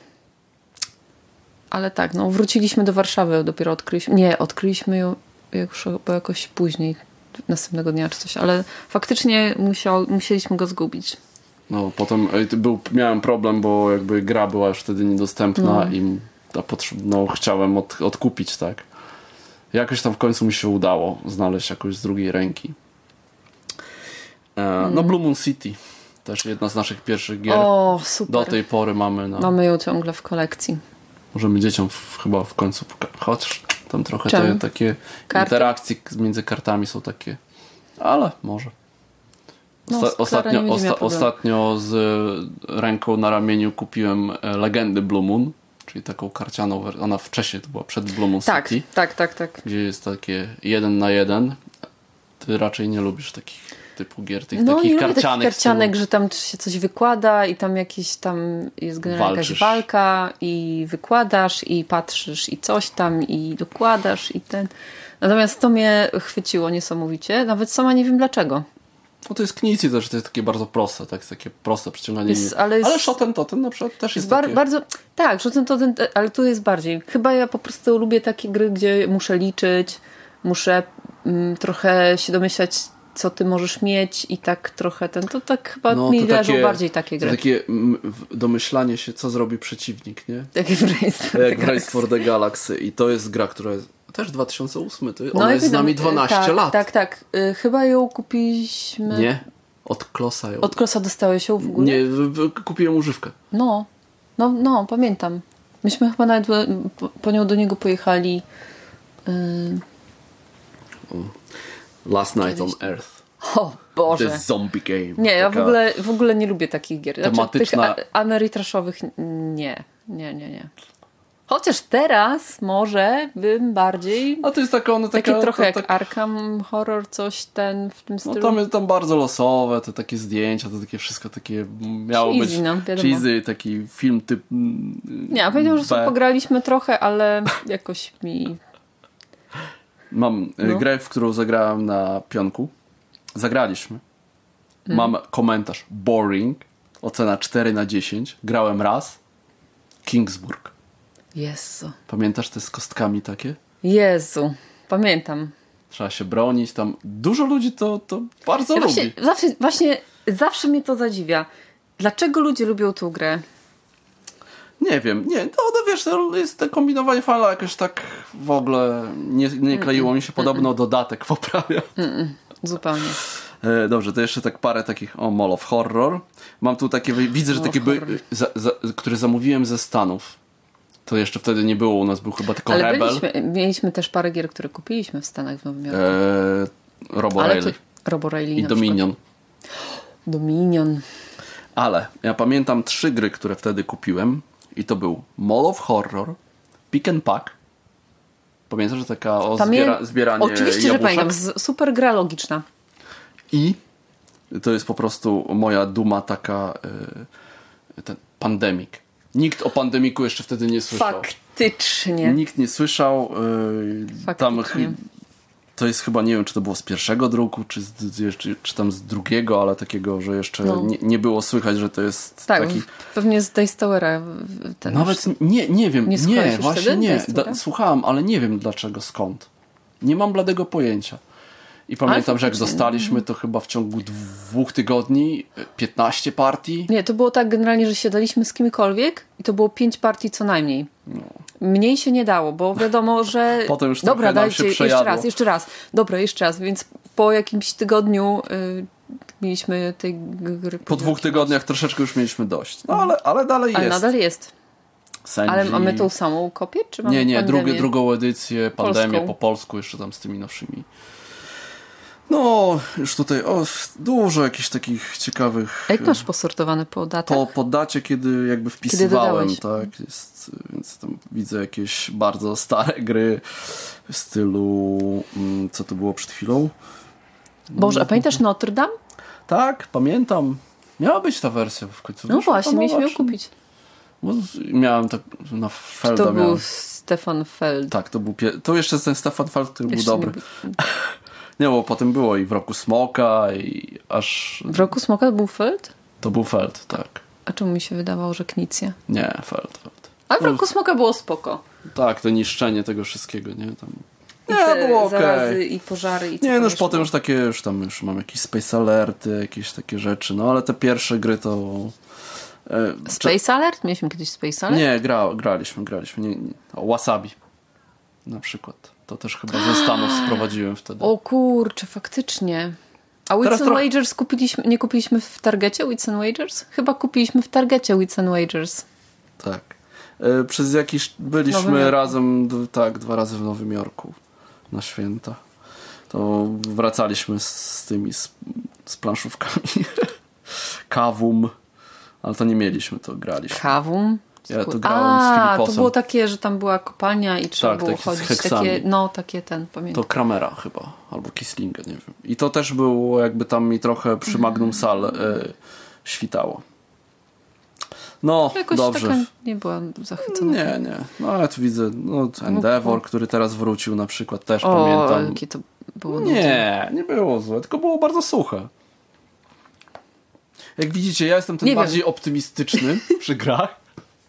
tak, no wróciliśmy do Warszawy, dopiero odkryliśmy ją już jakoś później, następnego dnia czy coś, ale faktycznie musieliśmy go zgubić. No, potem miałem problem, bo jakby gra była już wtedy niedostępna i chciałem odkupić, tak. Jakoś tam w końcu mi się udało znaleźć jakoś z drugiej ręki. No Blue Moon City. Też jedna z naszych pierwszych gier. O, super. Do tej pory mamy. Mamy ją ciągle w kolekcji. Możemy dzieciom chyba w końcu pokazać. Chociaż tam trochę takie interakcje między kartami są takie. Ale może. Ostatnio z ręką na ramieniu kupiłem Legendy Blue Moon, czyli taką karcianą, ona wcześniej to była przed Blue Moon City. Tak. Gdzie jest takie 1 na 1. Ty raczej nie lubisz takich typu gier, takich karcianek, że tam się coś wykłada i tam jest generalnie jakaś walka i wykładasz i patrzysz i coś tam i dokładasz i ten. Natomiast to mnie chwyciło niesamowicie. Nawet sama nie wiem dlaczego. No to jest Knizi też, to jest takie bardzo proste, tak, takie proste przyciąganie. Ale Shoten Totem na przykład też jest takie. Bardzo, tak, Shoten Totem, ale tu jest bardziej. Chyba ja po prostu lubię takie gry, gdzie muszę liczyć, muszę trochę się domyślać, co ty możesz mieć i tak trochę to tak chyba mi leżą bardziej takie gry. To takie domyślanie się, co zrobi przeciwnik, nie? Takie jak Race for the Galaxy. I to jest gra, która jest też 2008. Ona jest z nami 12 lat. Tak. Chyba ją kupiliśmy... Nie, od Klosa ją. Od Klosa dostałeś ją w ogóle? Nie, kupiłem używkę. No, pamiętam. Myśmy chyba nawet po nią do niego pojechali. Last Night on Earth. O Boże. The Zombie Game. Nie, ja w ogóle nie lubię takich gier. Tematyczna... Tych Ameritraszowych nie. Chociaż teraz może bym bardziej... A to jest takie trochę jak Arkham Horror, coś w tym stylu. No tam bardzo losowe, to takie zdjęcia, to takie wszystko takie miało cheesy, być cheesy, taki film typ... Nie, ja powiedziałam, że sobie pograliśmy trochę, ale jakoś mi... Mam grę, w którą zagrałem na pionku. Zagraliśmy. Mam komentarz boring. Ocena 4/10. Grałem raz. Kingsburg. Jezu. Pamiętasz te z kostkami takie? Jezu. Pamiętam. Trzeba się bronić. Tam dużo ludzi to bardzo lubi. Zawsze mnie to zadziwia. Dlaczego ludzie lubią tą grę? Nie wiem. Wiesz, to jest to kombinowanie fajne, jakoś tak w ogóle nie kleiło mi się. Podobno dodatek poprawia. Zupełnie. Dobrze, to jeszcze tak parę takich Mall of Horror. Mam tu takie, widzę, że takie które zamówiłem ze Stanów. To jeszcze wtedy nie było, u nas był chyba tylko Rebel. Mieliśmy też parę gier, które kupiliśmy w Stanach w Nowym Jorku. Robo Rally i Dominion. Dominion. Ale ja pamiętam 3 gry, które wtedy kupiłem i to był Mall of Horror, Pick and Pack. Pamiętasz, że taka zbieranie oczywiście, jabłuszek? Że pamiętam. Super gra logiczna. I to jest po prostu moja duma taka ten Pandemic. Nikt o Pandemiku jeszcze wtedy nie słyszał. Faktycznie. Nikt nie słyszał. Faktycznie. To jest chyba, nie wiem, czy to było z pierwszego druku, czy tam z drugiego, ale takiego, że jeszcze nie było słychać, że to jest taki... pewnie z Days Towera. Nawet nie wiem. Nie, właśnie wtedy? nie. Słuchałem, ale nie wiem dlaczego, skąd. Nie mam bladego pojęcia. I pamiętam, że jak dostaliśmy, to chyba w ciągu 2 tygodni 15 partii. Nie, to było tak generalnie, że siadaliśmy z kimkolwiek i to było 5 partii co najmniej. mniej się nie dało, bo wiadomo, że potem już dobra, dajcie jeszcze raz. Dobra, jeszcze raz. Więc po jakimś tygodniu mieliśmy tej gry. Po 2 tygodniach troszeczkę już mieliśmy dość. No ale dalej jest. Ale nadal jest. Senji. Ale mamy tą samą kopię? Czy mamy nie, drugą edycję, pandemię polską? Po polsku, jeszcze tam z tymi nowszymi. No, już tutaj dużo jakichś takich ciekawych... Jak masz posortowane po datach? Po dacie, kiedy jakby wpisywałem, tak? Jest, więc tam widzę jakieś bardzo stare gry w stylu... Co to było przed chwilą? Boże, a pamiętasz Notre Dame? Tak, pamiętam. Miała być ta wersja w końcu. No właśnie, mieliśmy ją kupić. Miałem tak na Felda. To był Stefan Feld. Tak, to jeszcze ten Stefan Feld, który był dobry. Nie, bo potem było i w Roku Smoka i aż... W Roku Smoka był Feld? To był Feld, tak. A czemu mi się wydawało, że Knicja? Nie, Feld. Ale w Roku Smoka było spoko. Tak, to niszczenie tego wszystkiego, nie? Tam... Nie, było okej. Zarazy i pożary i co. Nie, no już potem już takie, już mam jakieś Space Alerty, jakieś takie rzeczy, no ale te pierwsze gry to... Space Alert? Mieliśmy kiedyś Space Alert? Nie, graliśmy. Nie. Wasabi na przykład. To też chyba ze Stanów sprowadziłem wtedy. O kurczę, faktycznie. A Wits and Wagers nie kupiliśmy w Targecie Wits and Wagers? Chyba kupiliśmy w Targecie Wits and Wagers. Tak. Przez jakiś... Byliśmy razem, 2 razy w Nowym Jorku na święta. To wracaliśmy z tymi z planszówkami. Kawum. Ale to nie mieliśmy, to graliśmy. Kawum? Ja to grałem z Filiposem. To było takie, że tam była kopalnia i trzeba było chodzić. Takie pamiętam. To Kramera chyba, albo Kislinga, nie wiem. I to też było jakby tam mi trochę przy Magnum Sal świtało. No, jakoś dobrze. Taka nie była zachwycona. Nie. No ale tu widzę, Endeavor, który teraz wrócił na przykład, też pamiętam. Jakie to było nie było złe, tylko było bardzo suche. Jak widzicie, ja jestem ten bardziej optymistyczny przy grach.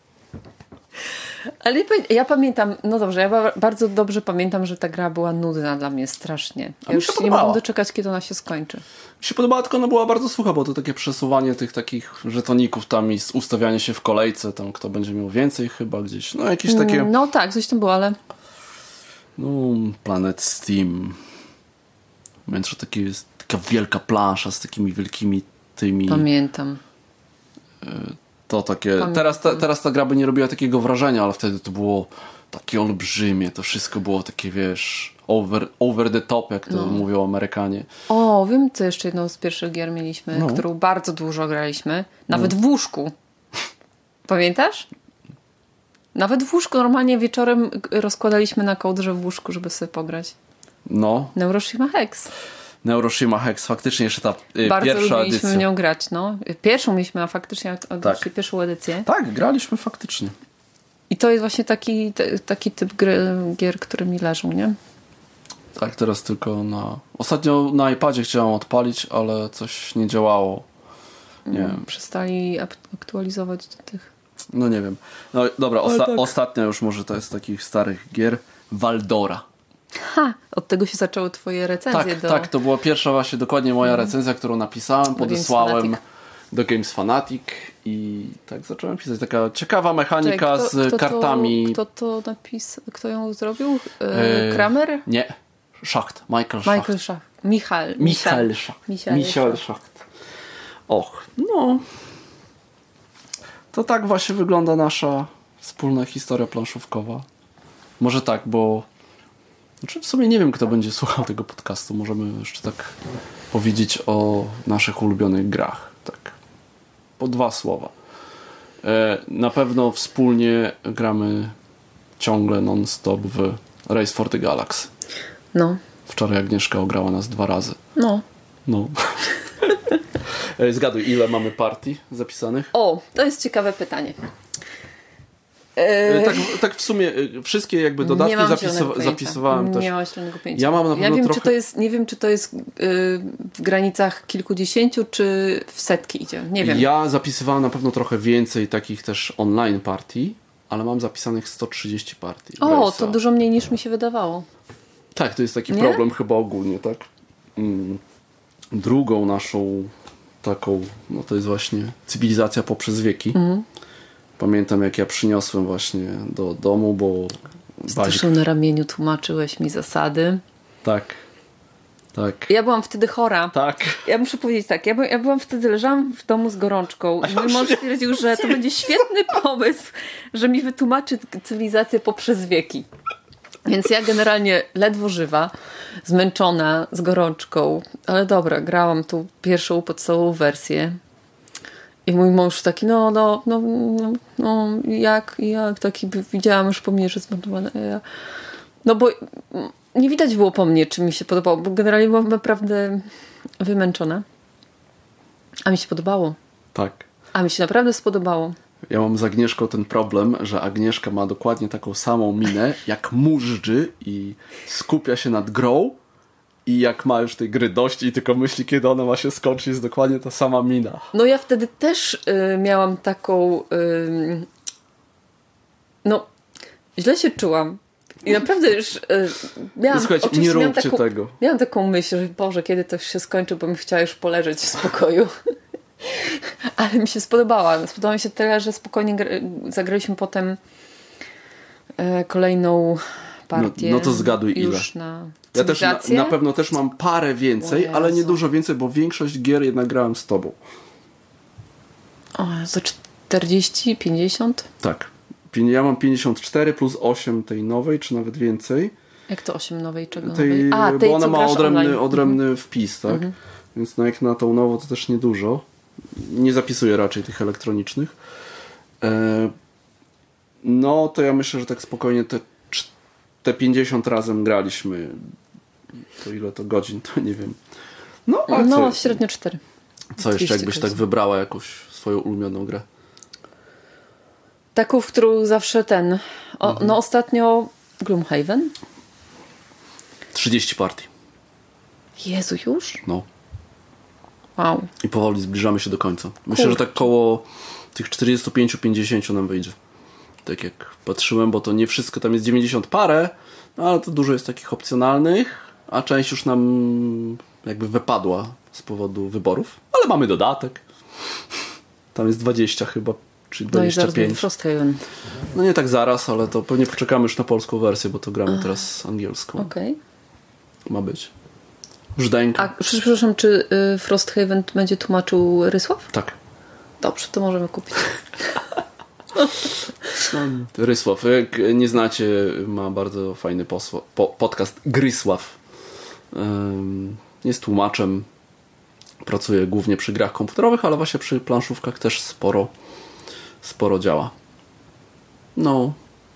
Ale ja pamiętam, no dobrze, ja bardzo dobrze pamiętam, że ta gra była nudna dla mnie strasznie. Ja już nie mogę doczekać, kiedy ona się skończy. Mi się podobała, tylko ona była bardzo sucha, bo to takie przesuwanie tych takich żetoników tam i ustawianie się w kolejce, tam kto będzie miał więcej chyba gdzieś. No jakieś takie... No tak, coś tam było, ale... No, Planet Steam. Więc że jest taka wielka plansza z takimi wielkimi tymi... Pamiętam. To takie... Teraz ta gra by nie robiła takiego wrażenia, ale wtedy to było takie olbrzymie. To wszystko było takie, wiesz, over the top, jak to mówią Amerykanie. O, wiem, co jeszcze jedną z pierwszych gier mieliśmy, którą bardzo dużo graliśmy. Nawet w łóżku. Pamiętasz? Nawet w łóżku. Normalnie wieczorem rozkładaliśmy na kołdrze w łóżku, żeby sobie pograć. No. Neuroshima Hex. Neuroshima Hex, faktycznie jeszcze ta bardzo pierwsza edycja. Bardzo lubiliśmy w nią grać, no. Pierwszą mieliśmy, a faktycznie pierwszą edycję. Tak, graliśmy faktycznie. I to jest właśnie taki typ gier, które mi leżą, nie? Tak, teraz tylko ostatnio na iPadzie chciałem odpalić, ale coś nie działało. Nie wiem. Przestali aktualizować do tych... No nie wiem. No dobra, ostatnia już może to jest z takich starych gier. Valdora. Od tego się zaczęły twoje recenzje. Tak, to była pierwsza właśnie dokładnie moja recenzja, którą napisałem, podesłałem do Games Fanatic i tak zacząłem pisać. Taka ciekawa mechanika z kartami. Kto to napisał? Kto ją zrobił? Kramer? Nie. Schacht. Michael Schacht. Michael Schacht. Och, no. To tak właśnie wygląda nasza wspólna historia planszówkowa. Może tak, bo w sumie nie wiem, kto będzie słuchał tego podcastu. Możemy jeszcze tak powiedzieć o naszych ulubionych grach. Tak. Po 2 słowa. Na pewno wspólnie gramy ciągle non-stop w Race for the Galaxy. No. Wczoraj Agnieszka ograła nas 2 razy. No. Zgaduj, ile mamy partii zapisanych? O, to jest ciekawe pytanie. Tak w sumie wszystkie jakby dodatki zapisywałem też. Nie mam zielonego pojęcia. Ja mam na pewno nie wiem, czy to jest w granicach kilkudziesięciu, czy w setki idzie. Nie wiem. Ja zapisywałem na pewno trochę więcej takich też online partii, ale mam zapisanych 130 partii. O, to dużo mniej niż mi się wydawało. Tak, to jest taki problem chyba ogólnie, tak? Drugą naszą taką, no to jest właśnie Cywilizacja poprzez wieki. Pamiętam, jak ja przyniosłem właśnie do domu, bo Bazik... na ramieniu tłumaczyłeś mi zasady. Tak. Ja byłam wtedy chora. Tak. Ja muszę powiedzieć tak, ja byłam wtedy, leżałam w domu z gorączką i mój mąż stwierdził, że to będzie świetny pomysł, że mi wytłumaczy cywilizację poprzez wieki. Więc ja generalnie ledwo żywa, zmęczona, z gorączką, ale dobra, grałam tu pierwszą podstawową wersję. I mój mąż taki, jak taki widziałam już po mnie, że zmontowana. No bo nie widać było po mnie, czy mi się podobało, bo generalnie byłam naprawdę wymęczona. A mi się podobało. Tak. A mi się naprawdę spodobało. Ja mam z Agnieszką ten problem, że Agnieszka ma dokładnie taką samą minę, jak móżdży i skupia się nad grą i jak ma już tej gry dość i tylko myśli, kiedy ona ma się skończyć, jest dokładnie ta sama mina. No ja wtedy też miałam taką... źle się czułam. I naprawdę już miałam... Słuchajcie, nie róbcie tego. Miałam taką myśl, że Boże, kiedy to się skończy, bo bym chciała już poleżeć w spokoju. Ale mi się spodobała. Spodobało mi się tyle, że spokojnie zagraliśmy potem kolejną partię. No to zgaduj ile. Już ja też na pewno też mam parę więcej, ale nie dużo więcej, bo większość gier jednak grałem z tobą. O, za 40, 50? Tak. Ja mam 54 plus 8 tej nowej, czy nawet więcej. Jak to 8 nowej? Czego tej, nowej? Bo ona ma odrębny wpis, tak? Więc jak na tą nową to też niedużo. Nie zapisuję raczej tych elektronicznych. No to ja myślę, że tak spokojnie te 50 razem graliśmy. To ile to godzin, to nie wiem. No średnio 4. Co jeszcze, jakbyś tak wybrała jakąś swoją ulubioną grę? Taką, w którą zawsze no ostatnio Gloomhaven. 30 partii. Jezu, już? No. Wow. I powoli zbliżamy się do końca. Myślę, że tak koło tych 45-50 nam wyjdzie. Tak jak patrzyłem, bo to nie wszystko, tam jest 90 parę, no ale to dużo jest takich opcjonalnych, a część już nam jakby wypadła z powodu wyborów, ale mamy dodatek. Tam jest 20 chyba, czy 25. No i Frosthaven. No nie tak zaraz, ale to pewnie poczekamy już na polską wersję, bo to gramy teraz angielską. Okej. Ma być. Brzdęk. A przepraszam, czy Frosthaven będzie tłumaczył Rysław? Tak. Dobrze, to możemy kupić. Rysław, jak nie znacie, ma bardzo fajny podcast Grysław. Jest tłumaczem, pracuje głównie przy grach komputerowych, ale właśnie przy planszówkach też sporo działa. No.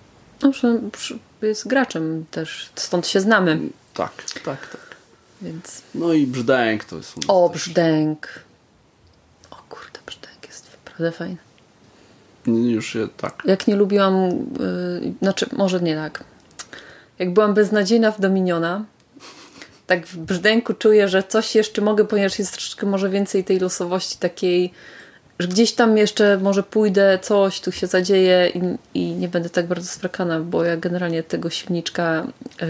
Jest graczem też, stąd się znamy. Tak. Więc... No i Brzdęk to jest... Brzdęk. O kurde, Brzdęk jest naprawdę fajny. Już je tak. Jak nie lubiłam, może nie tak. Jak byłam beznadziejna w Dominiona, tak w Brzdęku czuję, że coś jeszcze mogę, ponieważ jest troszeczkę może więcej tej losowości takiej, że gdzieś tam jeszcze może pójdę, coś tu się zadzieje i nie będę tak bardzo sfrakana, bo ja generalnie tego silniczka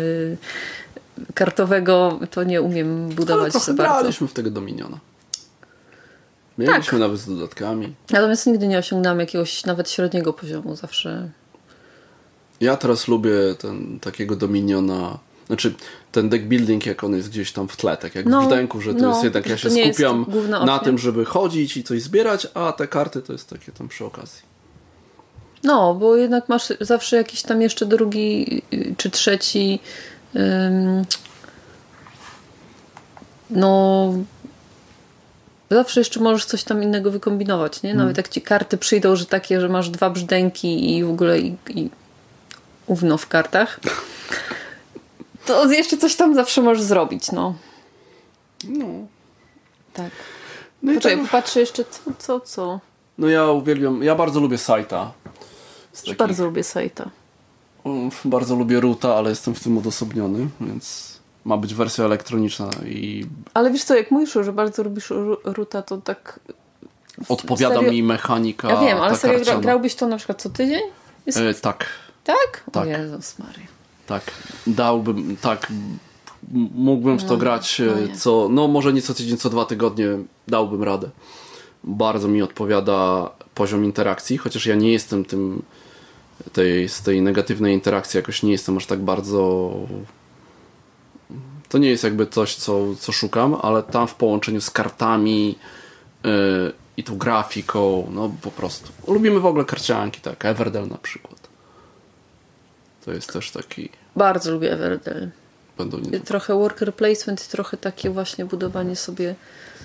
kartowego to nie umiem budować za bardzo. Graliśmy w tego Dominiona. Mieliśmy nawet z dodatkami. Natomiast nigdy nie osiągnęłam jakiegoś nawet średniego poziomu. Zawsze... Ja teraz lubię takiego Dominiona, znaczy ten deck building, jak on jest gdzieś tam w tle, tak jak w Brzdęku, że to jest jednak, ja się skupiam na tym, żeby chodzić i coś zbierać, a te karty to jest takie tam przy okazji. No, bo jednak masz zawsze jakiś tam jeszcze drugi czy trzeci zawsze jeszcze możesz coś tam innego wykombinować, nie? Nawet jak ci karty przyjdą, że takie, że masz 2 brzdęki i w ogóle i ówno w kartach, to jeszcze coś tam zawsze możesz zrobić, no. Tak. No poczekaj, popatrzę jeszcze co. No ja uwielbiam, ja bardzo lubię Sajta. Bardzo lubię Sajta. Bardzo lubię Roota, ale jestem w tym odosobniony, więc ma być wersja elektroniczna i... Ale wiesz co, jak mówisz, że bardzo lubisz Roota, to tak... Odpowiada mi mechanika. Ja wiem, ale serio grałbyś to na przykład co tydzień? Tak. Tak? Tak. O Jezus Maria. Tak. Mógłbym w to grać może nie co tydzień, co 2 tygodnie dałbym radę. Bardzo mi odpowiada poziom interakcji, chociaż ja nie jestem z tej negatywnej interakcji jakoś nie jestem aż tak bardzo... To nie jest jakby coś, co szukam, ale tam w połączeniu z kartami i tą grafiką, no po prostu. Lubimy w ogóle karcianki, tak, Everdell na przykład. To jest też taki... Bardzo lubię Everdell. Trochę worker placement, trochę takie właśnie budowanie sobie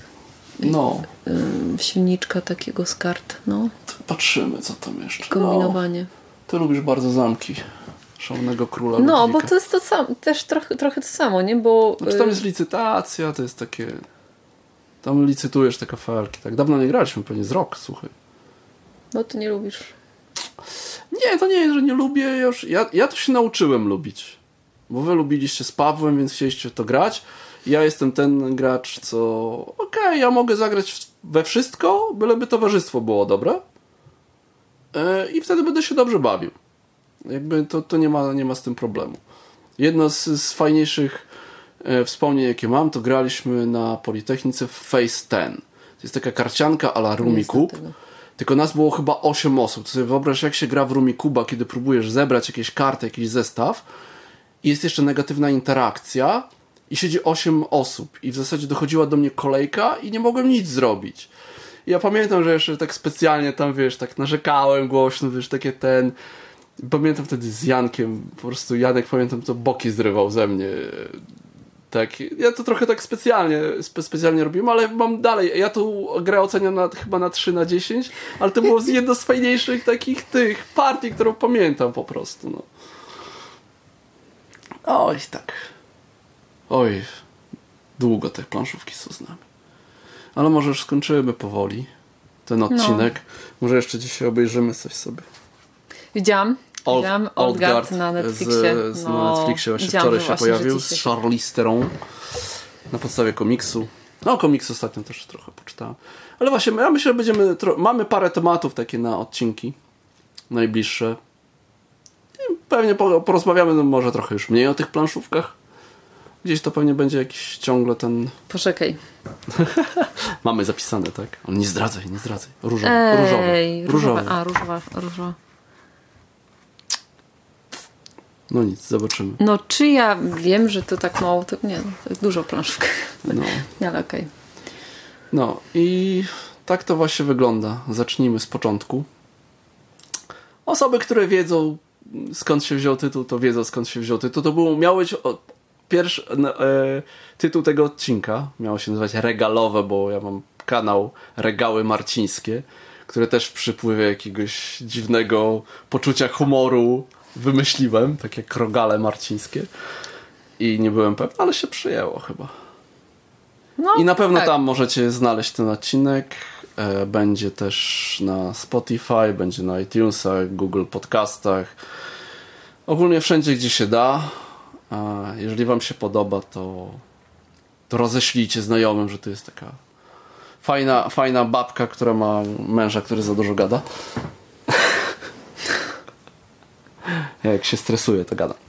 silniczka takiego z kart. No. Patrzymy, co tam jeszcze. Kombinowanie. Ty lubisz bardzo zamki Szalonego Króla Ludwika. Bo to jest to samo, też trochę to samo, nie? Bo znaczy, tam jest licytacja, to jest takie... Tam licytujesz te kafelki. Tak dawno nie graliśmy, pewnie z rok, słuchaj. No ty nie lubisz. Nie, to nie jest, że nie lubię już. Ja to się nauczyłem lubić. Bo wy lubiliście z Pawłem, więc chcieliście to grać. Ja jestem ten gracz, co ja mogę zagrać we wszystko, byleby towarzystwo było dobre. I wtedy będę się dobrze bawił. Jakby to nie ma z tym problemu. Jedno z fajniejszych wspomnień, jakie mam, to graliśmy na Politechnice w Phase 10. To jest taka karcianka a la Rummikub. Tylko nas było chyba 8 osób. To sobie wyobraź, jak się gra w Rummikuba, kiedy próbujesz zebrać jakieś karty, jakiś zestaw i jest jeszcze negatywna interakcja i siedzi 8 osób i w zasadzie dochodziła do mnie kolejka i nie mogłem nic zrobić. I ja pamiętam, że jeszcze tak specjalnie tam, wiesz, tak narzekałem głośno, wiesz, takie Pamiętam wtedy z Jankiem, po prostu Janek, pamiętam, to boki zrywał ze mnie. Tak, ja to trochę tak specjalnie robiłem, ale mam dalej. Ja tą grę oceniam chyba na 3/10, ale to było jedno z fajniejszych takich tych partii, którą pamiętam po prostu. No. Oj, tak. Oj, długo te planszówki są z nami. Ale może już skończymy powoli ten odcinek. No. Może jeszcze dzisiaj obejrzymy coś sobie. Widziałam Old Guard na Netflixie. Na Netflixie właśnie wczoraj się pojawił z Charlize Theron na podstawie komiksu. No, komiks ostatnio też trochę poczytałem. Ale właśnie, ja myślę, że mamy parę tematów takie na odcinki najbliższe. I pewnie porozmawiamy może trochę już mniej o tych planszówkach. Gdzieś to pewnie będzie jakiś ciągle ten... Poczekaj. Mamy zapisane, tak? Ale nie zdradzaj. Różowa. A, różowa. No nic, zobaczymy. No czy ja wiem, że to tak mało, to nie, to jest dużo planszówek. No. Ale okej. No i tak to właśnie wygląda. Zacznijmy z początku. Osoby, które wiedzą, skąd się wziął tytuł, to wiedzą, skąd się wziął tytuł. To miał być pierwszy tytuł tego odcinka. Miało się nazywać Regalowe, bo ja mam kanał Regały Marcińskie, które też w przypływie jakiegoś dziwnego poczucia humoru wymyśliłem, takie Rogale Marcińskie. I nie byłem pewny, ale się przyjęło chyba. No, i na pewno tak. Tam możecie znaleźć ten odcinek. Będzie też na Spotify, będzie na iTunesach, Google Podcastach. Ogólnie wszędzie, gdzie się da. Jeżeli wam się podoba, to roześlijcie znajomym, że to jest taka fajna babka, która ma męża, który za dużo gada. Ja jak się stresuję, to gadam.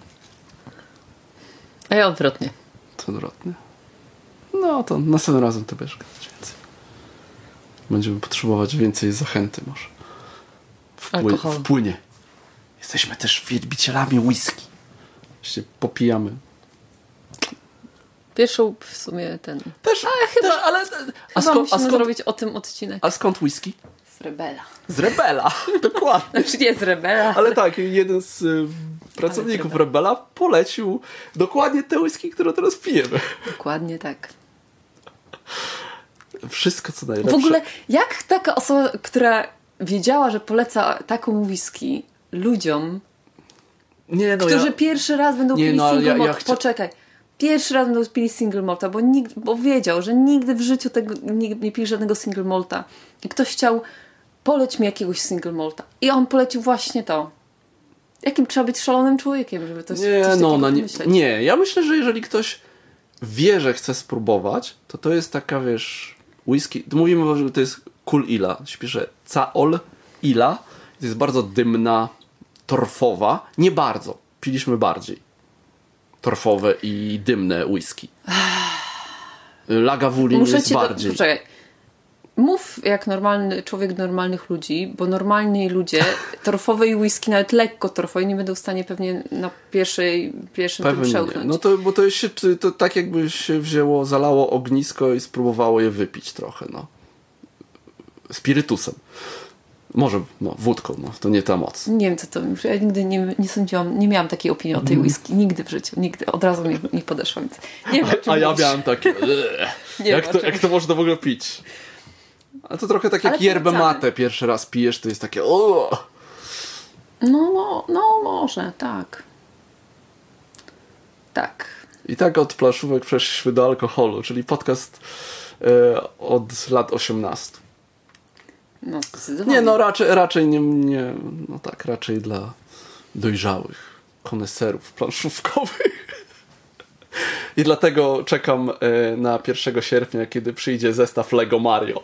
A ja odwrotnie. To odwrotnie. No to następnym razem ty będziesz gadać więcej. Będziemy potrzebować więcej zachęty może. Wpłynie. Jesteśmy też wielbicielami whisky. Się popijamy. Pierwszą w sumie ten... Też, musimy zrobić o tym odcinek. A skąd whisky? Z Rebela. Z Rebela, dokładnie. Znaczy nie z Rebela. Ale tak, jeden z pracowników Rebela polecił dokładnie te whisky, które teraz pijemy. Dokładnie tak. Wszystko co najlepsze. W ogóle jak taka osoba, która wiedziała, że poleca taką whisky ludziom, którzy pierwszy raz będą pili single malt. Poczekaj. Pierwszy raz będą pili single malta, bo wiedział, że nigdy w życiu nie pili żadnego single malta. I ktoś chciał, poleć mi jakiegoś single malta. I on polecił właśnie to. Jakim trzeba być szalonym człowiekiem, żeby coś takiego pomyśleć? Nie, ja myślę, że jeżeli ktoś wie, że chce spróbować, to jest taka, wiesz, whisky. Mówimy, że to jest Kul Ila. Się pisze Caol Ila. To jest bardzo dymna, torfowa. Nie bardzo. Piliśmy bardziej torfowe i dymne whisky. Lagavulin jest bardziej. Poczekaj. Mów jak normalny człowiek normalnych ludzi, bo normalni ludzie torfowe i whisky, nawet lekko torfowe, nie będą w stanie pewnie na pierwszym tym przełknąć. No to, bo to tak jakby się wzięło, zalało ognisko i spróbowało je wypić trochę, no. Spirytusem. Może wódką, to nie ta moc. Nie wiem, co to już. Ja nigdy nie sądziłam, nie miałam takiej opinii o tej whisky. Nigdy w życiu. Nigdy. Od razu nie podeszłam. Więc nie wiem, a ja miałam takie jak to można w ogóle pić? A to trochę tak jak yerbę mate pierwszy raz pijesz, to jest takie No może, tak. Tak. I tak od planszówek przeszliśmy do alkoholu, czyli podcast od lat 18. No, zdecydowanie. Nie, raczej nie, no tak, raczej dla dojrzałych koneserów planszówkowych. I dlatego czekam na 1 sierpnia, kiedy przyjdzie zestaw Lego Mario.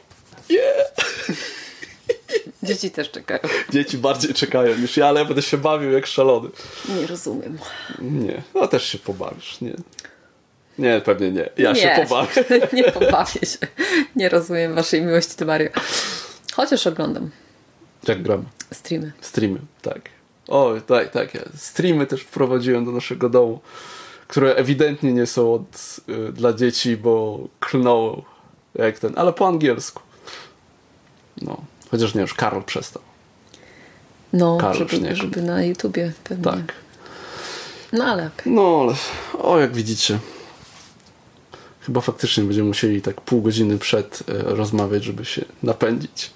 Dzieci też czekają. Dzieci bardziej czekają niż ja, ale ja będę się bawił jak szalony. Nie rozumiem. Nie, no też się pobawisz, nie. Nie, pewnie nie. Ja się pobawię. Nie pobawię się. Nie rozumiem waszej miłości do Mario. Chociaż oglądam. Jak gram? Streamy, tak. O, tak. Ja streamy też wprowadziłem do naszego domu, które ewidentnie nie są dla dzieci, bo klną jak ten, ale po angielsku. No, chociaż nie, już Karol przestał. No, żeby na YouTubie pewnie. Tak. No ale okay. No ale, jak widzicie, chyba faktycznie będziemy musieli tak pół godziny przed rozmawiać, żeby się napędzić.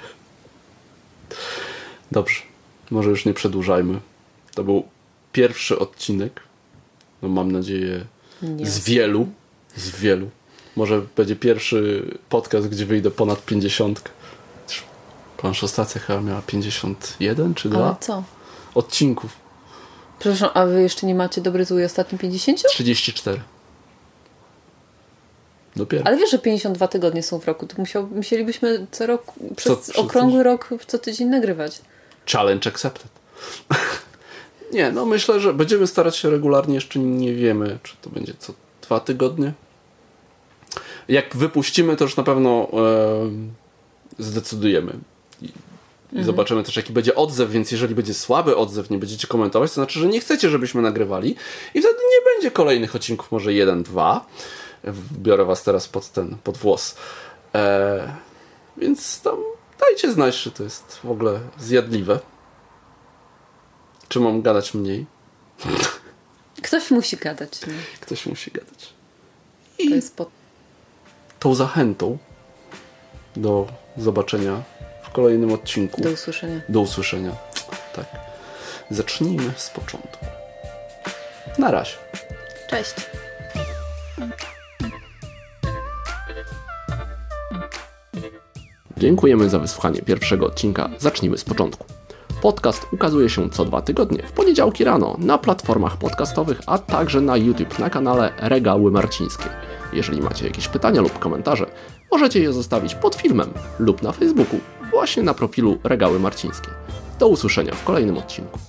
Dobrze, może już nie przedłużajmy. To był pierwszy odcinek. No mam nadzieję z wielu. Może będzie pierwszy podcast, gdzie wyjdę ponad 50. Planszostacja chyba miała 51 czy 2? Ale co? Odcinków. Przepraszam, a wy jeszcze nie macie dobry zły ostatni 50? 34. Dopiero. Ale wiesz, że 52 tygodnie są w roku. To musielibyśmy co rok, przez okrągły rok co tydzień nagrywać. Challenge accepted. Nie, no myślę, że będziemy starać się regularnie, jeszcze nie wiemy, czy to będzie co 2 tygodnie. Jak wypuścimy, to już na pewno zdecydujemy. I zobaczymy też, jaki będzie odzew, więc jeżeli będzie słaby odzew, nie będziecie komentować, to znaczy, że nie chcecie, żebyśmy nagrywali i wtedy nie będzie kolejnych odcinków, może 1, 2. Biorę was teraz pod włos. Więc tam dajcie znać, czy to jest w ogóle zjadliwe. Czy mam gadać mniej? Ktoś musi gadać. Nie? Ktoś musi gadać. I to jest tą zachętą do zobaczenia w kolejnym odcinku. Do usłyszenia. Tak. Zacznijmy z początku. Na razie. Cześć. Dziękujemy za wysłuchanie pierwszego odcinka Zacznijmy z początku. Podcast ukazuje się co 2 tygodnie, w poniedziałki rano, na platformach podcastowych, a także na YouTube na kanale Regały Marcińskie. Jeżeli macie jakieś pytania lub komentarze, możecie je zostawić pod filmem lub na Facebooku, właśnie na profilu Regały Marcińskie. Do usłyszenia w kolejnym odcinku.